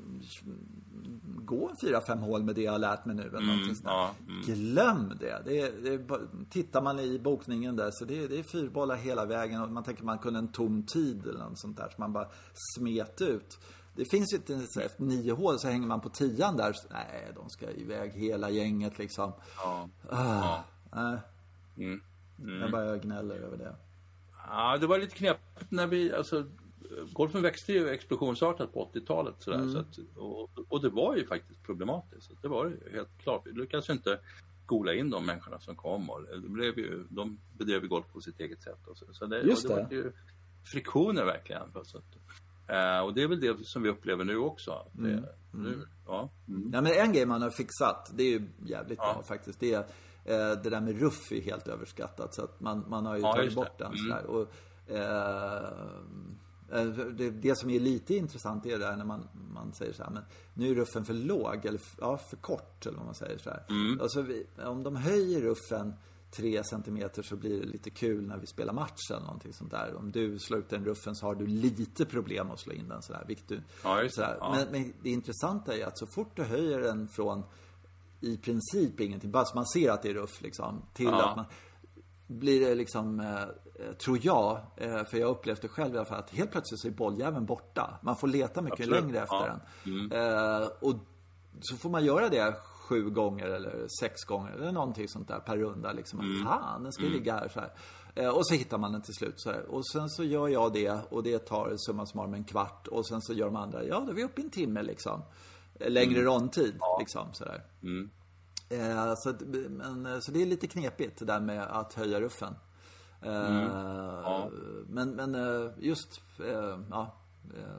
Speaker 2: gå en fyra, fem hål med det jag har lärt mig nu. Eller mm, ja, mm. Glöm det. det, är, det är, tittar man i bokningen där så det är, det är fyrbollar hela vägen. Och man tänker man kunde en tom tid eller något sånt där. Så man bara smet ut. Det finns ju inte så efter nio hål så hänger man på tian där. Så, nej, de ska iväg hela gänget liksom. Ja. Ah, ja. Mm. Mm. Jag bara gnäller över det.
Speaker 1: Ja, det var lite knepigt när vi, alltså, golfen växte ju explosionsartat på åttiotalet sådär, mm. så att, och, och det var ju faktiskt problematiskt. Så det var ju helt klart. Vi lyckades inte gola in de människorna som kom och det blev ju, de bedrev ju golf på sitt eget sätt. Och så, så det,
Speaker 2: Just
Speaker 1: och det
Speaker 2: det.
Speaker 1: var ju friktioner verkligen. Så att, Uh, och det är väl det som vi upplever nu också. Det, mm. nu, ja. Mm.
Speaker 2: Ja, men en grej man har fixat, det är ju jävligt ja. bra faktiskt. Det är uh, det där med ruff är helt överskattat. Så att man, man har ju ja, tagit bort den. Mm. Sådär. Och, uh, Det, det som är lite intressant är det där när man, man säger så här, men nu är ruffen för låg eller ja, för kort eller vad man säger så här. Mm. Alltså vi, om de höjer ruffen tre centimeter så blir det lite kul när vi spelar match eller någonting sånt där. Om du slår ut den ruffen så har du lite problem att slå in den sådär. Vilket du,
Speaker 1: ja,
Speaker 2: sådär.
Speaker 1: Ja.
Speaker 2: Men, men det intressanta är att så fort du höjer den från i princip ingenting, bara så man ser att det är ruff liksom, till
Speaker 1: ja.
Speaker 2: att man blir det liksom, eh, tror jag, eh, för jag upplevt det själv i alla fall, att helt plötsligt så är bolljäveln borta. Man får leta mycket Absolut. längre efter
Speaker 1: ja.
Speaker 2: den.
Speaker 1: Mm.
Speaker 2: Eh, och så får man göra det sju gånger eller sex gånger eller någonting sånt där per runda. Liksom. Mm. Fan, den ska mm. ligga här så här. Eh, och så hittar man den till slut så här. Och sen så gör jag det och det tar summa summarum en kvart. Och sen så gör de andra, ja då är vi uppe i en timme liksom. Längre mm. rondtid
Speaker 1: ja.
Speaker 2: liksom sådär.
Speaker 1: Mm.
Speaker 2: Eh, så, men, så det är lite knepigt det där med att höja ruffen. Eh, mm. ja. Men, men just eh, ja, eh,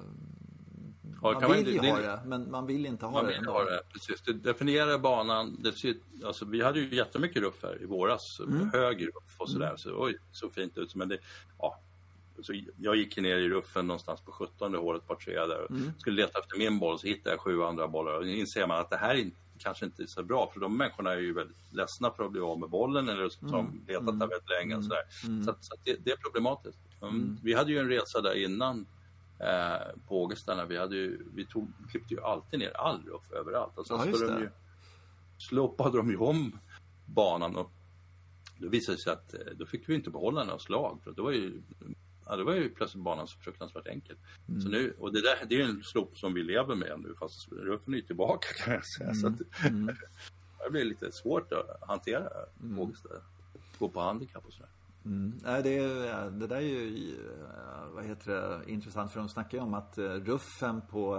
Speaker 1: ja,
Speaker 2: man
Speaker 1: kan
Speaker 2: vill
Speaker 1: man,
Speaker 2: ju
Speaker 1: det,
Speaker 2: ha det, men man vill inte ha
Speaker 1: man
Speaker 2: det.
Speaker 1: Vill ha det. Precis. Det definierar banan. Det ser, alltså, vi hade ju jättemycket ruff här i våras. Mm. Hög ruff och sådär. Mm. Så oj, så fint ut. Men det, ja, så jag gick ner i ruffen någonstans på sjuttonde hålet, par tre där. Mm. Skulle leta efter min boll, så hittade jag sju andra bollar. Och inser man att det här är kanske inte är så bra. För de människorna är ju väldigt ledsna för att bli av med bollen. Eller som mm. letat mm. där väldigt länge. Och sådär. Mm. Så, så det, det är problematiskt. Um, mm. Vi hade ju en resa där innan. Eh, på Ågestarna, vi hade ju, vi tog, klippte ju alltid ner all ruff överallt. Och sen ja, så de ju, slopade de ju om banan och då visade det sig att då fick vi inte behålla några slag. För det var ju, ja, det var ju plötsligt banan så fruktansvärt enkelt. Mm. Så nu, och det där, det är ju en slop som vi lever med nu, fast ruffen är ju tillbaka kan jag säga. Mm. Så att, mm. det blir lite svårt att hantera mm. Ågestar, gå på handikapp och sådär.
Speaker 2: Mm. Det, det där är ju vad heter det, intressant, för de snackar ju om att ruffen på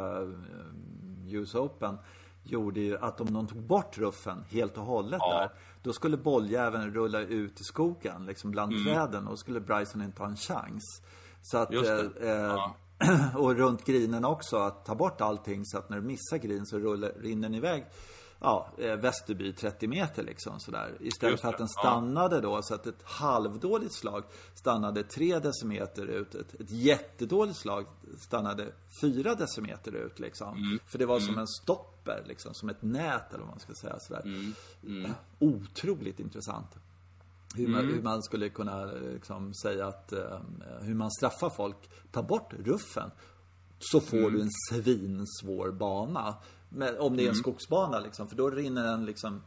Speaker 2: U S Open gjorde ju att om de tog bort ruffen helt och hållet ja. där, då skulle bolljäveln rulla ut i skogen liksom bland mm. träden, och skulle Bryson inte ha en chans. Så att eh, ja. och runt grinen också, att ta bort allting så att när du missar green så rullar rinner den iväg. Ja, Västerby trettio meter liksom sådär. Istället för att den stannade då, så att ett halvdåligt slag stannade tre decimeter ut. Ett, ett jättedåligt slag stannade fyra decimeter ut liksom. Mm. För det var mm. som en stopper liksom, som ett nät eller vad man ska säga sådär. Mm. Mm. Otroligt intressant. Hur man, mm. hur man skulle kunna liksom säga att um, hur man straffar folk. Ta bort ruffen, så får mm. du en svinsvår bana. Men om det är en mm. skogsbana liksom, för då rinner den liksom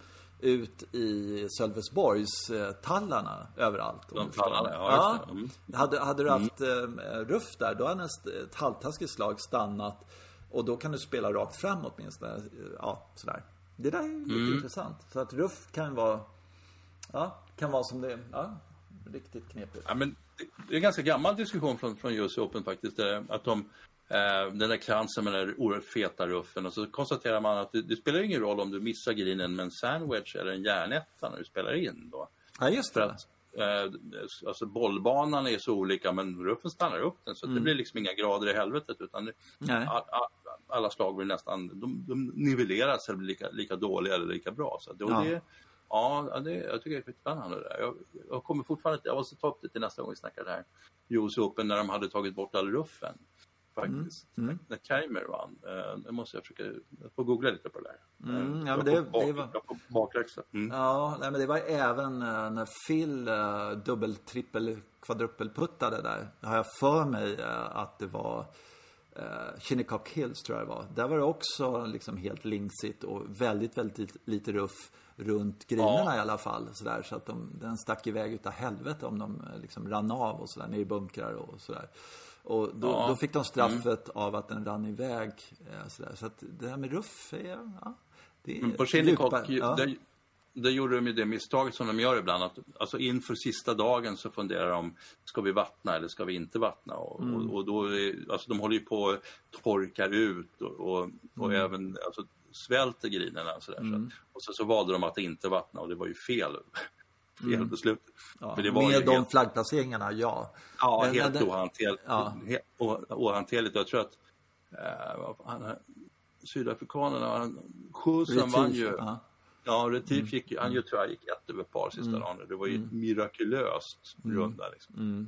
Speaker 2: ut i Sölvesborgs eh, tallarna överallt.
Speaker 1: De tallarna, ja.
Speaker 2: ja. Mm. Hade, hade du haft eh, ruff där, då hade ett halvtaskigt slag stannat, och då kan du spela rakt framåt minst. Ja, sådär. Det där är lite mm. intressant. Så att ruff kan vara ja, kan vara som det ja, riktigt knepigt.
Speaker 1: Ja, men det är en ganska gammal diskussion från, från U S Open faktiskt, att de den där kransen med den oerhört feta ruffen, och så konstaterar man att det, det spelar ingen roll om du missar grinen med en sandwich eller en järnetta när du spelar in då.
Speaker 2: Ja, just det.
Speaker 1: För att, eh, alltså bollbanan är så olika, men ruffen stannar upp den, så mm. det blir liksom inga grader i helvetet, utan det, all, all, alla slag blir nästan, de, de nivelleras eller blir lika, lika dåliga eller lika bra. Så det, ja. det, ja, det, jag tycker det är riktigt spännande det där. Jag, jag kommer fortfarande, jag måste ta upp det till nästa gång vi snackar det här U S Open, när de hade tagit bort all ruffen. Faktiskt. Mm. Mm. När Keimer vann. Nu måste jag försöka jag får googla lite på det där.
Speaker 2: Mm, ja, men det,
Speaker 1: bak,
Speaker 2: det var...
Speaker 1: bakräxa. Mm.
Speaker 2: Ja, nej, men det var även när Phil uh, dubbel, trippel, kvadruppelputtade där. Har jag för mig uh, att det var uh, Shinnecock Hills tror jag det var. Där var det också liksom helt lingsigt och väldigt, väldigt lite ruff runt grinerna ja. i alla fall. Så, där, så att de, den stack iväg utav helvete om de liksom rann av och sådär, ner i bunkrar och sådär. Och då, ja. då fick de straffet mm. av att den rann iväg. Sådär. Så att det här med ruff är... Ja, det är
Speaker 1: men på Shinnecock, ja. där, där gjorde de ju det misstaget som de gör ibland. Att, alltså inför sista dagen så funderar de, ska vi vattna eller ska vi inte vattna? Och, mm. och, och då är, alltså de håller ju på att torkar ut och, och, och mm. även alltså, svälter grinerna. Och, sådär, mm. så. och så, så valde de att inte vattna, och det var ju fel. Fel mm. beslut.
Speaker 2: Ja, det var med de helt... flaggplaceringarna, ja.
Speaker 1: Ja, men, helt men, ohanterligt. Ja. Helt ohanterligt. Jag tror att äh, han, sydafrikanerna, Schusen vann ju. Ja, ja Retief gick mm. han ju, tror jag gick ett över par sista mm. dagen. Det var ju mm. mirakulöst
Speaker 2: mm.
Speaker 1: runda liksom.
Speaker 2: Mm.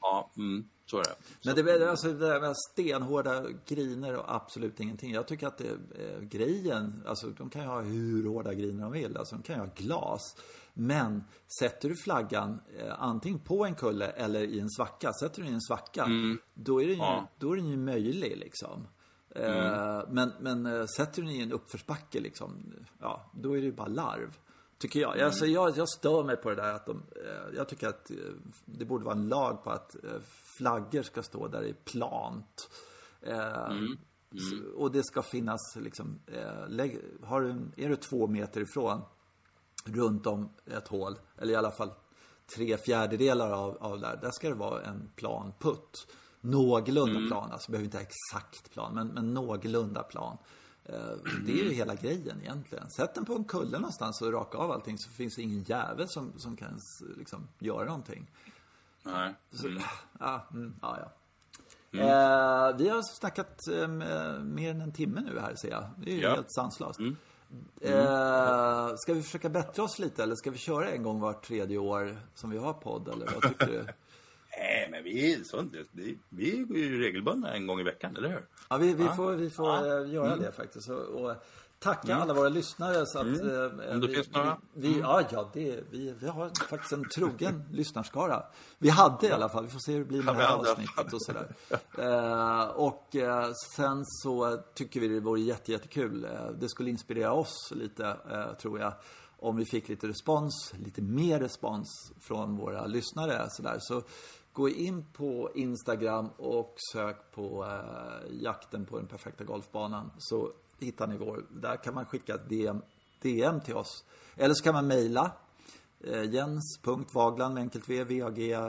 Speaker 1: Ja, mm, så är det.
Speaker 2: Men det är alltså det där med stenhårda griner och absolut ingenting. Jag tycker att det är grejen, alltså de kan ju ha hur hårda griner de vill. Alltså de kan ju ha glas. Men sätter du flaggan eh, antingen på en kulle eller i en svacka, sätter du i en svacka, mm. då är den ju, ja. då är den ju möjlig liksom. Mm. Eh, men men eh, sätter du den i en uppförsbacke liksom, ja, då är det ju bara larv. Tycker jag. Mm. Alltså, jag. Jag stör mig på det där att de, eh, jag tycker att eh, det borde vara en lag på att eh, flaggor ska stå där i plant. Eh, mm. Mm. Och det ska finnas liksom, eh, lägg, har du, är du två meter ifrån runt om ett hål, eller i alla fall tre fjärdedelar av, av där, där ska det vara en plan putt. Någorlunda mm. plan, alltså behöver inte exakt plan, men, men någorlunda plan. Det är ju hela grejen egentligen. Sätt den på en kulle någonstans och raka av allting, så finns det ingen jävel som, som kan liksom göra någonting.
Speaker 1: Nej.
Speaker 2: Så,
Speaker 1: mm.
Speaker 2: ja, mm, ja, ja.
Speaker 1: Mm.
Speaker 2: Eh, vi har snackat eh, mer än en timme nu här, ser jag. Det är ju ja. helt sanslöst. Mm. Mm. Eh, ska vi försöka bättra oss lite, eller ska vi köra en gång var tredje år som vi har podd, eller vad tycker du?
Speaker 1: Nej, men vi är sånt. Vi är ju regelbundna en gång i veckan, eller hur?
Speaker 2: Ja, vi, vi får, vi får ja. göra mm. det faktiskt. Och, och tacka mm. alla våra lyssnare. Så att,
Speaker 1: mm.
Speaker 2: eh,
Speaker 1: Om det vi, finns några.
Speaker 2: Vi, vi, ja, ja det, vi, vi har faktiskt en trogen lyssnarskara. Vi hade i alla fall. Vi får se hur det blir med ja, det här avsnittet och sådär. eh, och eh, sen så tycker vi det vore jätte, jättekul. Eh, det skulle inspirera oss lite, eh, tror jag. Om vi fick lite respons, lite mer respons från våra lyssnare. Sådär. Så gå in på Instagram och sök på eh, jakten på den perfekta golfbanan, så hittar ni vår. Där kan man skicka ett D M, D M till oss. Eller så kan man mejla eh, jens punkt vagland med enkelt v, v a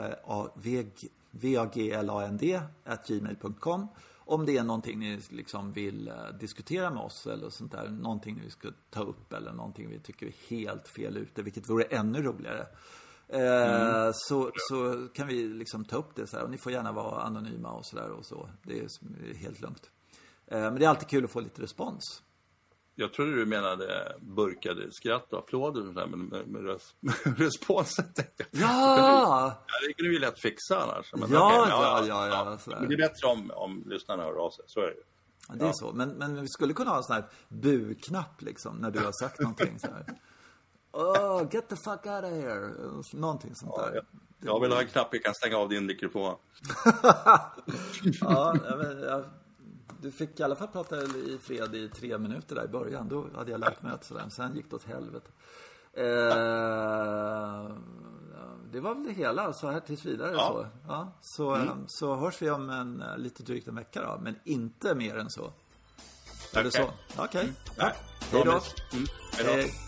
Speaker 2: g l a n d at gmail punkt com. Om det är någonting ni liksom vill eh, diskutera med oss eller sånt där, någonting vi ska ta upp eller någonting vi tycker är helt fel ute, vilket vore ännu roligare. Mm. Så, så kan vi liksom ta upp det så här. Och ni får gärna vara anonyma och sådär och så. Det är helt lugnt. Men det är alltid kul att få lite respons.
Speaker 1: Jag trodde du menade burkade skratt och applåder och sådär, med, med, med res, responsen.
Speaker 2: Ja!
Speaker 1: Ja! Det kunde vi lätt fixa annars. Men,
Speaker 2: ja,
Speaker 1: okay,
Speaker 2: ja, ja, ja, ja.
Speaker 1: Men det är bättre om, om lyssnarna hör av sig, så är det ju.
Speaker 2: Ja, det är ja. så. Men, men vi skulle kunna ha en sån här bu-knapp liksom, när du har sagt någonting så här. Oh, get the fuck out of here. Någonting sånt
Speaker 1: ja,
Speaker 2: där.
Speaker 1: Jag, jag vill ha en knapp, jag kan stänga av din mikrofon.
Speaker 2: Ja, men, jag, du fick i alla fall prata i fred i tre minuter där i början. Då hade jag lärt mig att sådär. Sen gick det åt helvete. Eh, det var väl det hela, så här tills vidare. Ja. Så, ja, så, mm. så hörs vi om en lite drygt en vecka då. Men inte mer än så. Är okay. det så? Okej. Okay.
Speaker 1: Mm.
Speaker 2: Ja. Hej då.
Speaker 1: Mm. Hej då.